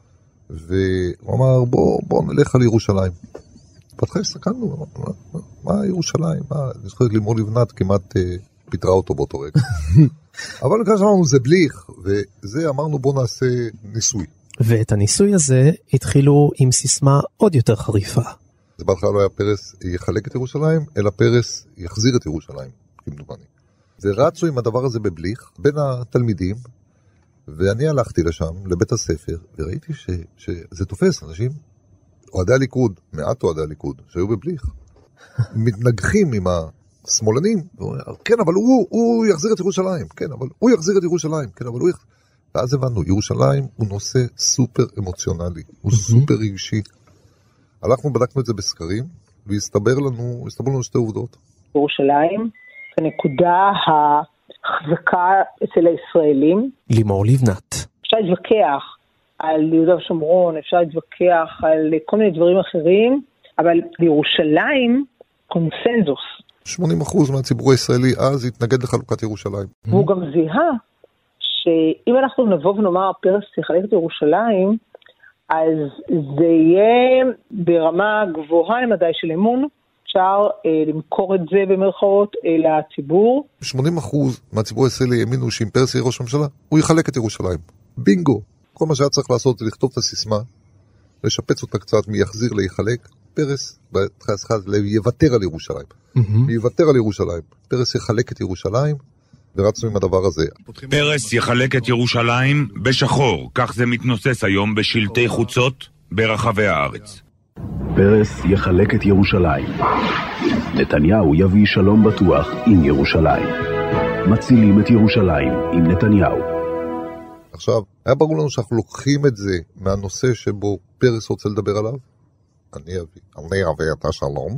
והוא אמר, בוא נלך על ירושלים. פתחה הסתכלנו, מה ירושלים? אני זוכרת לימור לבנת כמעט פיתרה אותו באותו רגע. אבל ככה אמרנו, זה בליך, וזה אמרנו, בוא נעשה ניסוי. ואת הניסוי הזה התחילו עם סיסמה עוד יותר חריפה. זה בהתחלה לא היה פרס יחלק את ירושלים, אלא פרס יחזיר את ירושלים, כמדומני. זה רצו עם הדבר הזה בבליך, בין התלמידים, ואני הלכתי לשם, לבית הספר, וראיתי שזה תופס אנשים, אוהדי הליכוד, מעט אוהדי הליכוד, שהיו בבליך, מתנגחים עם שמאלנים, כן, אבל הוא יחזיר את ירושלים, כן, אבל הוא יחזיר את ירושלים, כן, אבל הוא יחזיר... ואז הבנו, ירושלים הוא נושא סופר אמוציונלי, הוא סופר רגשי. הלכנו, בדקנו את זה בסקרים, והסתבר לנו שתי עובדות. ירושלים, הנקודה החזקה אצל הישראלים. לימור לבנת. אפשר להתווכח על יהודה ושומרון, אפשר להתווכח על כל מיני דברים אחרים, אבל בירושלים קונסנזוס. 80% מהציבור הישראלי אז התנגד לחלוקת ירושלים. והוא גם זיהה שאם אנחנו נבוא ונאמר פרס יחלק את ירושלים, אז זה יהיה ברמה גבוהה למדי של אמון, אפשר למכור את זה במרכאות לציבור. 80% מהציבור הישראלי האמינו שאם פרס יהיה ראש הממשלה, הוא יחלק את ירושלים. בינגו. כל מה שהיה צריך לעשות זה לכתוב את הסיסמה, לשפץ אותה קצת מיחזיר ליחלק, פרס יוותר על ירושלים. יוותר על ירושלים. פרס יחלק את ירושלים, ורצנו עם הדבר הזה. פרס יחלק את ירושלים בשחור, כך זה מתנוסס היום בשלטי חוצות ברחבי הארץ. פרס יחלק את ירושלים. נתניהו יביא שלום בטוח עם ירושלים. מצילים את ירושלים עם נתניהו. עכשיו, היה ברור לנו שאנחנו לוקחים את זה מהנושא שבו פרס רוצה לדבר עליו, אני אביא את השלום,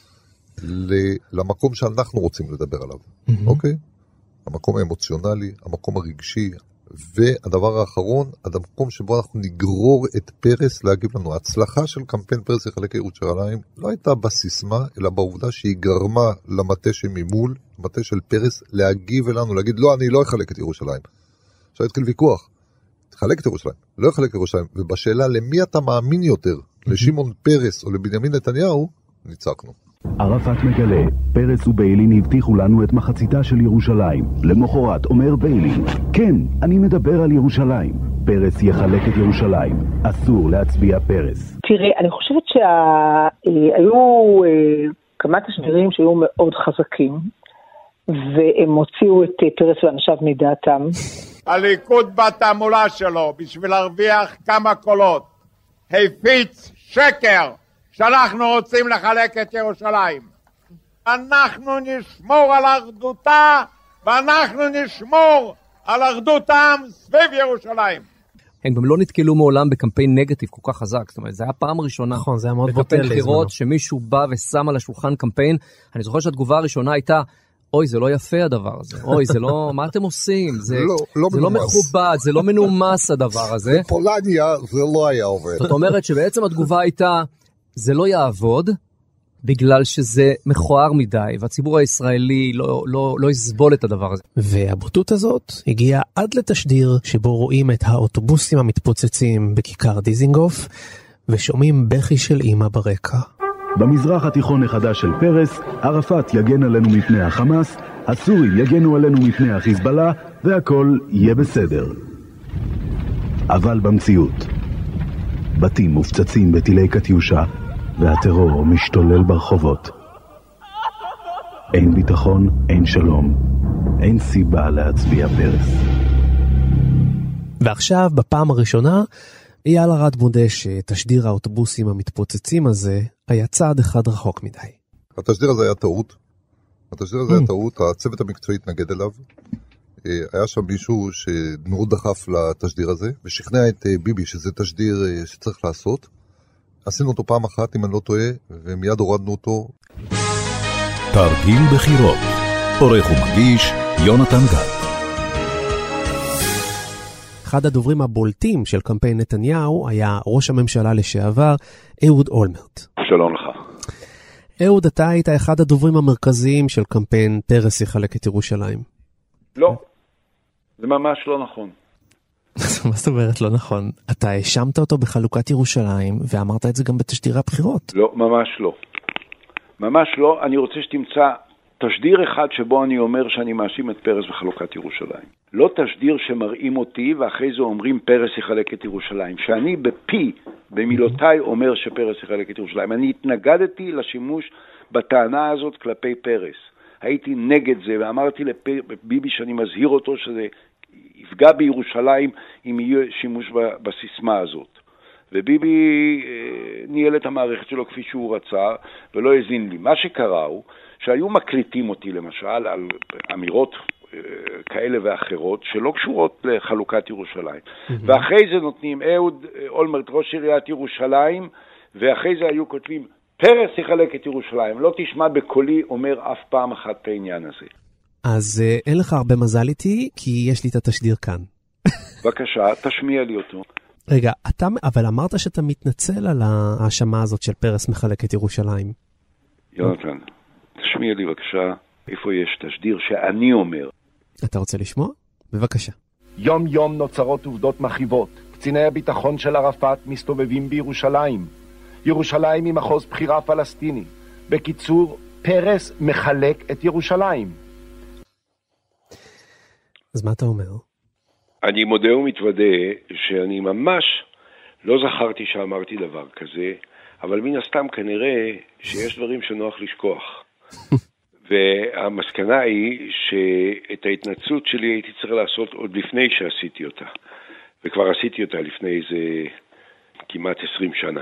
למקום שאנחנו רוצים לדבר עליו. אוקיי? המקום האמוציונלי, המקום הרגשי, והדבר האחרון, המקום שבו אנחנו נגרור את פרס להגיב לנו. ההצלחה של קמפיין פרס יחלק ירושלים לא הייתה בסיסמה, אלא בעובדה שהיא גרמה למטה שממול, למטה של פרס, להגיב אלינו, להגיד לא, אני לא אחלק את ירושלים. עכשיו התחיל ויכוח, תחלק את ירושלים, לא יחלק את ירושלים, ובשאלה למי אתה מאמין יותר, לשמעון פרס או לבנימין נתניהו, ניצחנו. ערפאת מגלה, פרס וביילין הבטיחו לנו את מחציתה של ירושלים. למחרת אומר ביילין, כן, אני מדבר על ירושלים. פרס יחלק את ירושלים. אסור להצביע פרס. תראה, אני חושבת שהיו כמה תשדירים שהיו מאוד חזקים, והם הוציאו את פרס ואנשיו מדעתם. הליכוד בתעמולה שלו, בשביל להרוויח כמה קולות, הפיץ שקר שאנחנו רוצים לחלק את ירושלים. אנחנו נשמור על אחדותה, ואנחנו נשמור על אחדות העם סביב ירושלים. הם גם לא נתקלו מעולם בקמפיין נגטיב כל כך חזק, זאת אומרת, זה היה פעם הראשונה. נכון, זה היה מאוד בקמפיין בחירות, שמישהו בא ושם על השולחן קמפיין. אני זוכר שהתגובה הראשונה הייתה, אוי, זה לא יפה הדבר הזה, אוי, זה לא, מה אתם עושים? זה לא מכובד, זה לא מנומס הדבר הזה. בפולניה זה לא היה עובד. זאת אומרת שבעצם התגובה הייתה, זה לא יעבוד, בגלל שזה מכוער מדי, והציבור הישראלי לא יסבול את הדבר הזה. והבוטות הזאת הגיעה עד לתשדיר שבו רואים את האוטובוסים המתפוצצים בכיכר דיזינגוף, ושומעים בכי של אמא ברקע. במזרח התיכון החדש של פרס, ערפאת יגן עלינו מפני החמאס, הסורים יגנו עלינו מפני החיזבאללה, והכל יהיה בסדר. אבל במציאות, בתים מופצצים בטילי קטיושה, והטרור משתולל ברחובות. אין ביטחון, אין שלום, אין סיבה להצביע פרס. ועכשיו, בפעם הראשונה, אייל ארד מודה שתשדיר האוטובוסים המתפוצצים הזה היה צעד אחד רחוק מדי. התשדיר הזה היה טעות. הצוות המקצועי התנגד אליו. היה שם מישהו שמאוד דחף לתשדיר הזה, ושכנע את ביבי שזה תשדיר שצריך לעשות. עשינו אותו פעם אחת, אם אני לא טועה, ומיד הורדנו אותו. תרגיל בחירות. עורך ומגיש יונתן גת. אחד הדוברים הבולטים של קמפיין נתניהו היה ראש הממשלה לשעבר, אהוד אולמרט. שלום לך. אהוד, אתה היית אחד הדוברים המרכזיים של קמפיין פרס יחלק את ירושלים. לא, זה ממש לא נכון. מה זאת אומרת לא נכון? אתה האשמת אותו בחלוקת ירושלים, ואמרת את זה גם בתשדיר הבחירות. לא, ממש לא. ממש לא. אני רוצה שתמצא תשדיר אחד שבו אני אומר שאני מאשים את פרס בחלוקת ירושלים. לא תשדיר שמראים אותי, ואחרי זה אומרים פרס יחלק את ירושלים. שאני במילותיי אומר שפרס יחלק את ירושלים. אני התנגדתי לשימוש בטענה הזאת כלפי פרס. הייתי נגד זה, ואמרתי לביבי שאני מזהיר אותו שזה יפגע בירושלים אם יהיה שימוש בסיסמה הזאת. וביבי ניהל את המערכת שלו כפי שהוא רצה, ולא הזין לי. מה שקרה הוא שהיו מקליטים אותי למשל על אמירות כאלה ואחרות שלא קשורות לחלוקת ירושלים. ואחרי זה נותנים אהוד אולמרט ראש עיריית ירושלים, ואחרי זה היו כותבים פרס יחלק את ירושלים. לא תשמע בקולי אומר אף פעם אחת את העניין הזה. אז אין לך הרבה מזל איתי, כי יש לי את התשדיר כאן. בבקשה, תשמיע לי אותו. רגע, אבל אמרת שאתה מתנצל על ההאשמה הזאת של פרס מחלק את ירושלים. יונתן, תשמיע לי בבקשה איפה יש תשדיר שאני אומר. אתה רוצה לשמוע? בבקשה. יום יום נוצרות עובדות מחיבות. קציני הביטחון של ערפאת מסתובבים בירושלים. ירושלים היא מחוז בחירה פלסטיני. בקיצור, פרס מחלק את ירושלים. אז מה אתה אומר? אני מודה ומתוודה שאני ממש לא זכרתי שאמרתי דבר כזה, אבל מן הסתם כנראה שיש דברים שנוח לשכוח. והמסקנה היא שאת ההתנצלות שלי הייתי צריך לעשות עוד לפני שעשיתי אותה. וכבר עשיתי אותה לפני איזה כמעט 20 שנה.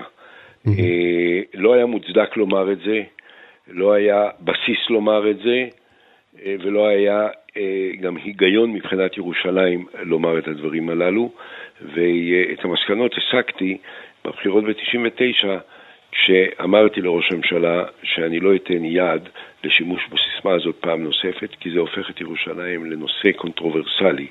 לא היה מוצדק לומר את זה, לא היה בסיס לומר את זה, ולא היה גם היגיון מבחינת ירושלים לומר את הדברים הללו, ואת המסקנות הסקתי בבחירות ב-99, כשאמרתי לראש הממשלה שאני לא אתן יד לשימוש בסיסמה הזאת פעם נוספת, כי זה הופך את ירושלים לנושא קונטרוברסלי,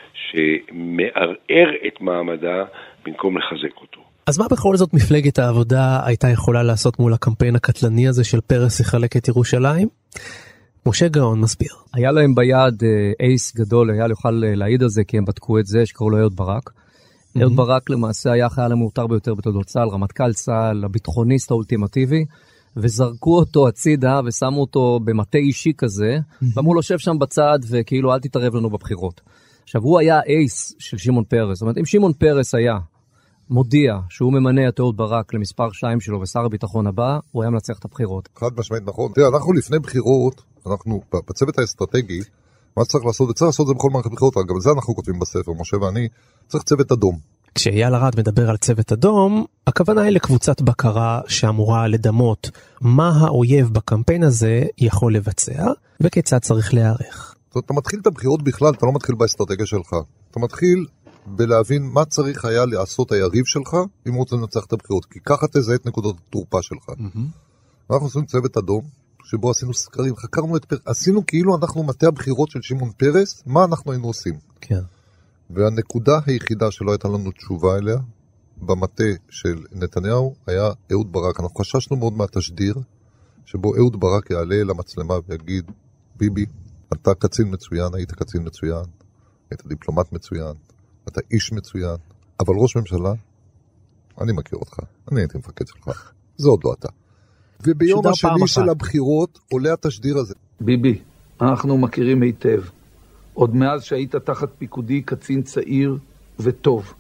שמערער את מעמדה במקום לחזק אותו. אז מה בכל זאת מפלגת העבודה הייתה יכולה לעשות מול הקמפיין הקטלני הזה של פרס יחלק את ירושלים? משה גאון מסביר. היה להם ביד אייס גדול, היה יוכל להעיד על זה, כי הם בדקו את זה, שקראו לו אהוד ברק. אהוד ברק למעשה היה החייל המעוטר ביותר בתולדות צה"ל, רמטכ"ל צה"ל, הביטחוניסט האולטימטיבי, וזרקו אותו הצידה ושמו אותו במטה אישי כזה, ואמרו לו שב שם בצד וכאילו אל תתערב לנו בבחירות. עכשיו הוא היה אייס של שמעון פרס, זאת אומרת אם שמעון פרס היה מודיע שהוא ממנה את אהוד ברק למספר 2 שלו ושר הביטחון הבא, הוא היה מנצח את הבחירות. חד משמעית נכון. תראה, אנחנו לפני בחירות, אנחנו בצוות האסטרטגי, מה שצריך לעשות, וצריך לעשות את זה בכל מערכת בחירות, גם את זה אנחנו כותבים בספר, משה ואני, צריך צוות אדום. כשאייל ארד מדבר על צוות אדום, הכוונה היא לקבוצת בקרה שאמורה לדמות מה האויב בקמפיין הזה יכול לבצע, וכיצד צריך להיערך. זאת אומרת, אתה מתחיל את הבחירות בכלל, אתה לא מתחיל באסטרטגיה שלך. אתה מתחיל בלהבין מה צריך היה לעשות היריב שלך, אם הוא רוצה לנצח את הבחירות, כי ככה תזהה את נקודות התורפה שלך. אנחנו עשינו צוות אדום, שבו עשינו סקרים, חקרנו את פרס, עשינו כאילו אנחנו מטה הבחירות של שמעון פרס, מה אנחנו היינו עושים. כן. והנקודה היחידה שלא הייתה לנו תשובה אליה, במטה של נתניהו, היה אהוד ברק. אנחנו חששנו מאוד מהתשדיר, שבו אהוד ברק יעלה למצלמה ויגיד, ביבי, אתה קצין מצוין, היית קצין מצוין, היית דיפלומט מצוין, אתה איש מצוין, אבל ראש ממשלה, אני מכיר אותך, אני הייתי מפקד שלך, זה עוד לא אתה. וביום השני של הבחירות עולה התשדיר הזה. ביבי, אנחנו מכירים היטב. עוד מאז שהיית תחת פיקודי קצין צעיר וטוב.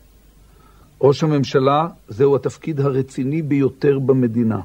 ראש הממשלה זהו התפקיד הרציני ביותר במדינה.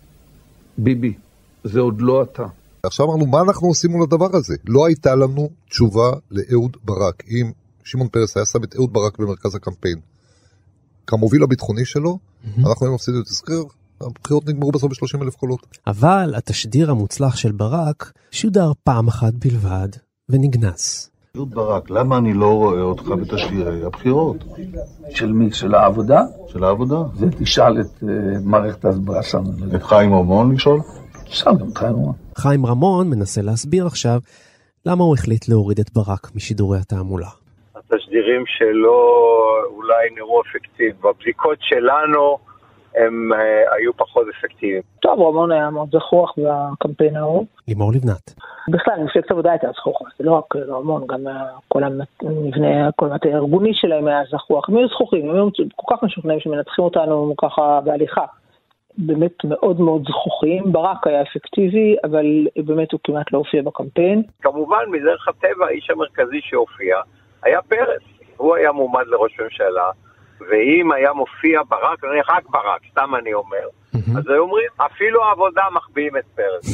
ביבי, זה עוד לא אתה. עכשיו אמרנו, מה אנחנו עושים מול הדבר הזה? לא הייתה לנו תשובה לאהוד ברק. אם שמעון פרס היה שם את אהוד ברק במרכז הקמפיין, כמוביל הביטחוני שלו, אנחנו היינו מפסידים את הסקר, הבחירות נגמרו בסוף ב-30,000 קולות. אבל התשדיר המוצלח של ברק שודר פעם אחת בלבד ונגנס. אהוד ברק, למה אני לא רואה אותך בתשדירי הבחירות? של מי? של העבודה? של העבודה. זה תשאל את מערכת ההסברה שם. את חיים רמון לשאול? תשאל גם חיים רמון. חיים רמון מנסה להסביר עכשיו למה הוא החליט להוריד את ברק משידורי התעמולה. התשדירים שלו אולי נראו אפקטיביים. בבדיקות שלנו הם היו פחות אפקטיביים. טוב, רמון היה מאוד זכוח בקמפיין ההוא. לימור לבנת. בכלל, מפלגת העבודה הייתה זכוחה. זה לא רק רמון, גם כל המבנה, כל המטה הארגוני שלהם היה זכוח. הם היו זכוחים, הם היו כל כך משוכנעים שמנצחים אותנו ככה בהליכה. באמת מאוד מאוד זכוחים. ברק היה אפקטיבי, אבל באמת הוא כמעט לא הופיע בקמפיין. כמובן, מדרך הטבע, האיש המרכזי שהופיע היה פרס. הוא היה מועמד לראש ממשלה. ואם היה מופיע ברק, רק ברק, סתם אני אומר, אז היו אומרים, אפילו העבודה מחביאים את פרס.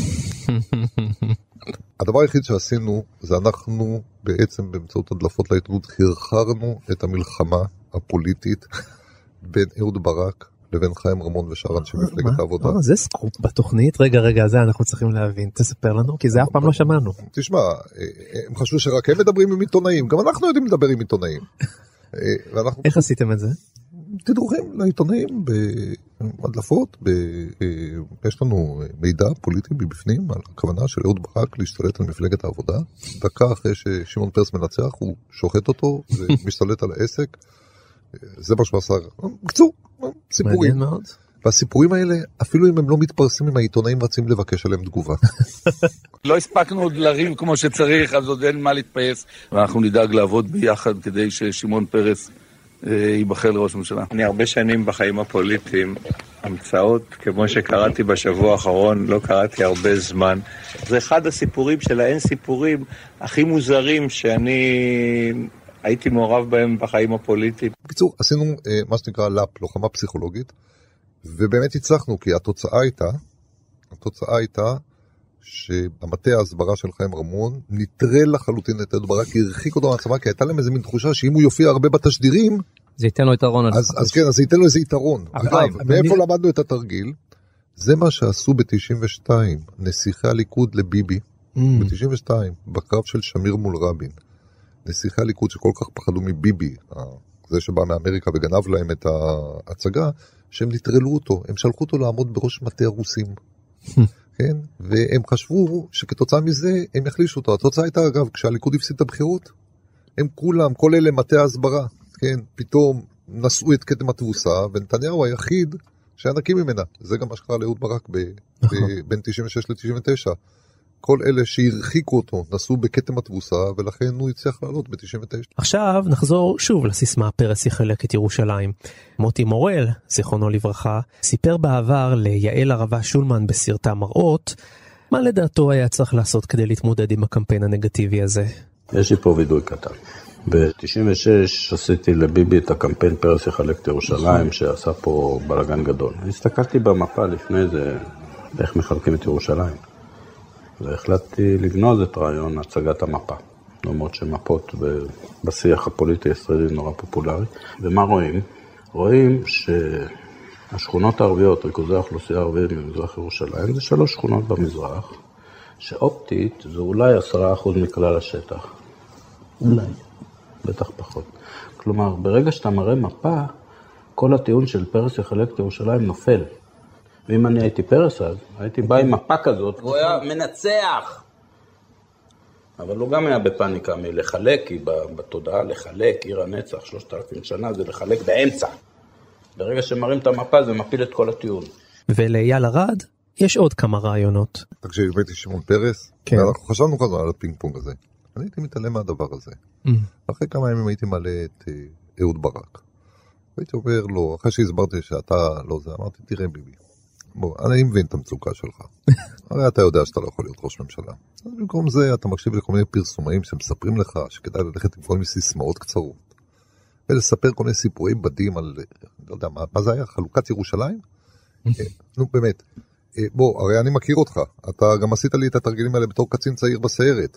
הדבר היחיד שעשינו, זה אנחנו בעצם באמצעות הדלפות לעיתונות, הרחרנו את המלחמה הפוליטית בין אהוד ברק לבין חיים רמון ושאר אנשי מפלגת העבודה. זה סקופ בתוכנית, רגע, זה אנחנו צריכים להבין, תספר לנו, כי זה אף פעם לא שמענו. תשמע, הם חששו שרק הם מדברים עם עיתונאים, גם אנחנו יודעים לדבר עם עיתונאים. איך עשיתם את זה? תדרוכים לעיתונאים בהדלפות, יש לנו מידע פוליטי מבפנים על הכוונה של אהוד ברק להשתלט על מפלגת העבודה. דקה אחרי ששמעון פרס מנצח, הוא שוחט אותו ומשתלט על העסק. זה מה שהוא עשה. קצור, סיפורים. מעניין מאוד. והסיפורים האלה, אפילו אם הם לא מתפרסמים, עם העיתונאים רצים לבקש עליהם תגובה. לא הספקנו עוד לריב כמו שצריך, אז עוד אין מה להתפייס. ואנחנו נדאג לעבוד ביחד כדי ששמעון פרס ייבחר לראש ממשלה. אני הרבה שנים בחיים הפוליטיים, המצאות, כמו שקראתי בשבוע האחרון, לא קראתי הרבה זמן. זה אחד הסיפורים של האין סיפורים הכי מוזרים שאני הייתי מעורב בהם בחיים הפוליטיים. בקיצור, עשינו מה שנקרא לאפ, לוחמה פסיכולוגית, ובאמת הצלחנו, כי התוצאה הייתה שהמטה ההסברה של חיים רמון נטרל לחלוטין את אהוד ברק, הרחיק אותו מהצבא, כי הייתה להם איזה מין תחושה שאם הוא יופיע הרבה בתשדירים, זה ייתן לו יתרון. אז כן, אז זה ייתן לו איזה יתרון. אגב, מאיפה למדנו את התרגיל? זה מה שעשו ב-92, נסיכי הליכוד לביבי, ב-92, בקרב של שמיר מול רבין. נסיכי הליכוד שכל כך פחדו מביבי, זה שבא מאמריקה וגנב להם את ההצגה, שהם נטרלו אותו, הם שלחו אותו לעמוד בראש מטה הרוסים. כן? והם חשבו שכתוצאה מזה הם יחלישו אותו. התוצאה הייתה, אגב, כשהליכוד הפסיד את הבחירות, הם כולם, כל אלה מטה ההסברה, כן? פתאום נשאו את כתם התבוסה, ונתניהו היחיד שהיה נקי ממנה. זה גם מה שקרה לאהוד ברק בין 96 ל-99. כל אלה שהרחיקו אותו נסעו בכתם התבוסה, ולכן הוא הצליח לעלות ב-99. עכשיו נחזור שוב לסיסמה פרס יחלק את ירושלים. מוטי מורל, זיכרונו לברכה, סיפר בעבר ליעל ערבה שולמן בסרטה מראות, מה לדעתו היה צריך לעשות כדי להתמודד עם הקמפיין הנגטיבי הזה. יש לי פה וידוי קטן. ב-96 עשיתי לביבי את הקמפיין פרס יחלק את ירושלים, שעשה פה בלגן גדול. הסתכלתי במפה לפני זה, איך מחלקים את ירושלים. והחלטתי לגנוז את רעיון הצגת המפה. למרות שמפות בשיח הפוליטי הישראלי נורא פופולרי. ומה רואים? רואים שהשכונות הערביות, ריכוזי האוכלוסייה הערבית במזרח ירושלים, זה 3 שכונות במזרח, שאופטית זה אולי 10% מכלל השטח. אולי. בטח פחות. כלומר, ברגע שאתה מראה מפה, כל הטיעון של פרס יחלק את ירושלים נופל. ואם אני הייתי פרס אז, הייתי בא עם מפה כזאת, הוא היה מנצח. אבל הוא גם היה בפניקה מלחלק, כי בתודעה לחלק, עיר הנצח, 3,000 שנה, זה לחלק באמצע. ברגע שמראים את המפה, זה מפיל את כל הטיעון. ולאייל ארד, יש עוד כמה רעיונות. תקשיב, הבאתי שמעון פרס, כן. ואנחנו חשבנו כזה על הפינג פונג הזה. אני הייתי מתעלם מהדבר הזה. אחרי כמה ימים הייתי מעלה את אהוד ברק. הייתי אומר לו, אחרי שהסברתי שאתה לא זה, אמרתי, תראה ביבי. בוא, אני מבין את המצוקה שלך. הרי אתה יודע שאתה לא יכול להיות ראש ממשלה. אז במקום זה אתה מקשיב לכל מיני פרסומאים שמספרים לך שכדאי ללכת עם כל מיני סיסמאות קצרות. ולספר כל מיני סיפורים בדים על, לא יודע, מה זה היה? חלוקת ירושלים? נו, באמת. בוא, הרי אני מכיר אותך. אתה גם עשית לי את התרגילים האלה בתור קצין צעיר בסיירת.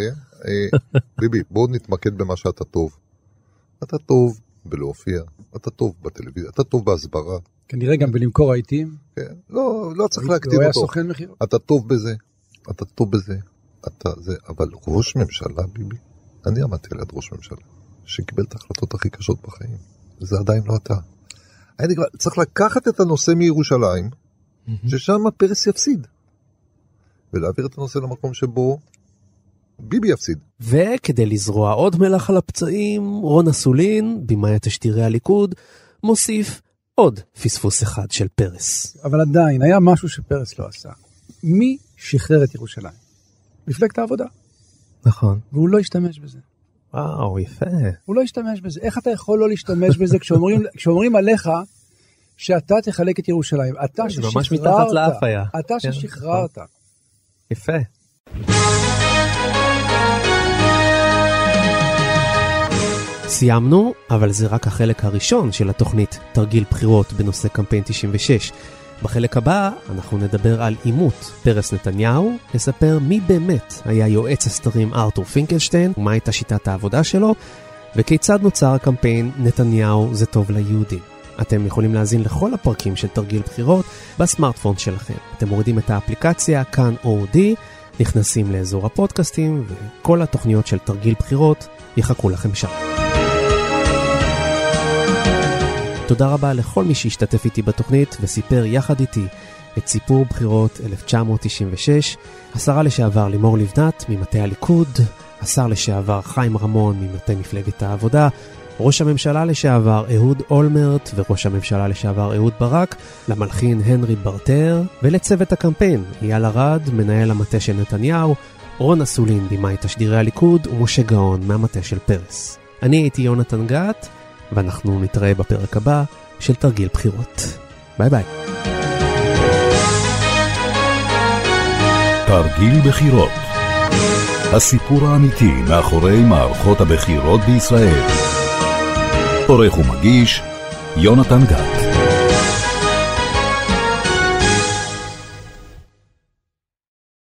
ביבי, בוא נתמקד במה שאתה טוב. אתה טוב בלהופיע, אתה טוב בטלוויזיה, אתה טוב בהסברה. כנראה גם בלמכור רהיטים. כן, לא צריך להקטין אותו. הוא היה סוכן מחיר. אתה טוב בזה, אתה טוב בזה, אתה זה, אבל ראש ממשלה, ביבי, אני עמדתי ליד ראש ממשלה, שקיבל את ההחלטות הכי קשות בחיים. זה עדיין לא אתה. צריך לקחת את הנושא מירושלים, ששם פרס יפסיד, ולהעביר את הנושא למקום שבו ביבי יפסיד. וכדי לזרוע עוד מלח על הפצעים, רון אסולין, במאי תשדירי הליכוד, מוסיף עוד פספוס אחד של פרס. אבל עדיין, היה משהו שפרס לא עשה. מי שחרר את ירושלים? מפלגת העבודה. נכון. והוא לא השתמש בזה. וואו, יפה. הוא לא השתמש בזה. איך אתה יכול לא להשתמש בזה כשאומרים עליך שאתה תחלק את ירושלים? אתה ששחררת. ממש מתחת לאף היה. אתה ששחררת. יפה. סיימנו, אבל זה רק החלק הראשון של התוכנית תרגיל בחירות בנושא קמפיין 96. בחלק הבא אנחנו נדבר על עימות פרס נתניהו, נספר מי באמת היה יועץ הסתרים ארתור פינקלשטיין, ומה הייתה שיטת העבודה שלו, וכיצד נוצר הקמפיין נתניהו זה טוב ליהודים. אתם יכולים להזין לכל הפרקים של תרגיל בחירות בסמארטפון שלכם. אתם מורידים את האפליקציה כאן אודי, נכנסים לאזור הפודקאסטים, וכל התוכניות של תרגיל בחירות יחכו לכם שם. תודה רבה לכל מי שהשתתף איתי בתוכנית וסיפר יחד איתי את סיפור בחירות 1996, השרה לשעבר לימור לבנת ממטה הליכוד, השר לשעבר חיים רמון ממטה מפלגת העבודה, ראש הממשלה לשעבר אהוד אולמרט וראש הממשלה לשעבר אהוד ברק, למלחין הנרי ברטר, ולצוות הקמפיין אייל ארד, מנהל המטה של נתניהו, רון אסולין במאי תשדירי הליכוד, ומשה גאון מהמטה של פרס. אני הייתי יונתן גת, ואנחנו נתראה בפרק הבא של תרגיל בחירות. ביי ביי. תרגיל בחירות, הסיפור האמיתי מאחורי מערכות הבחירות בישראל. עורך ומגיש יונתן גת.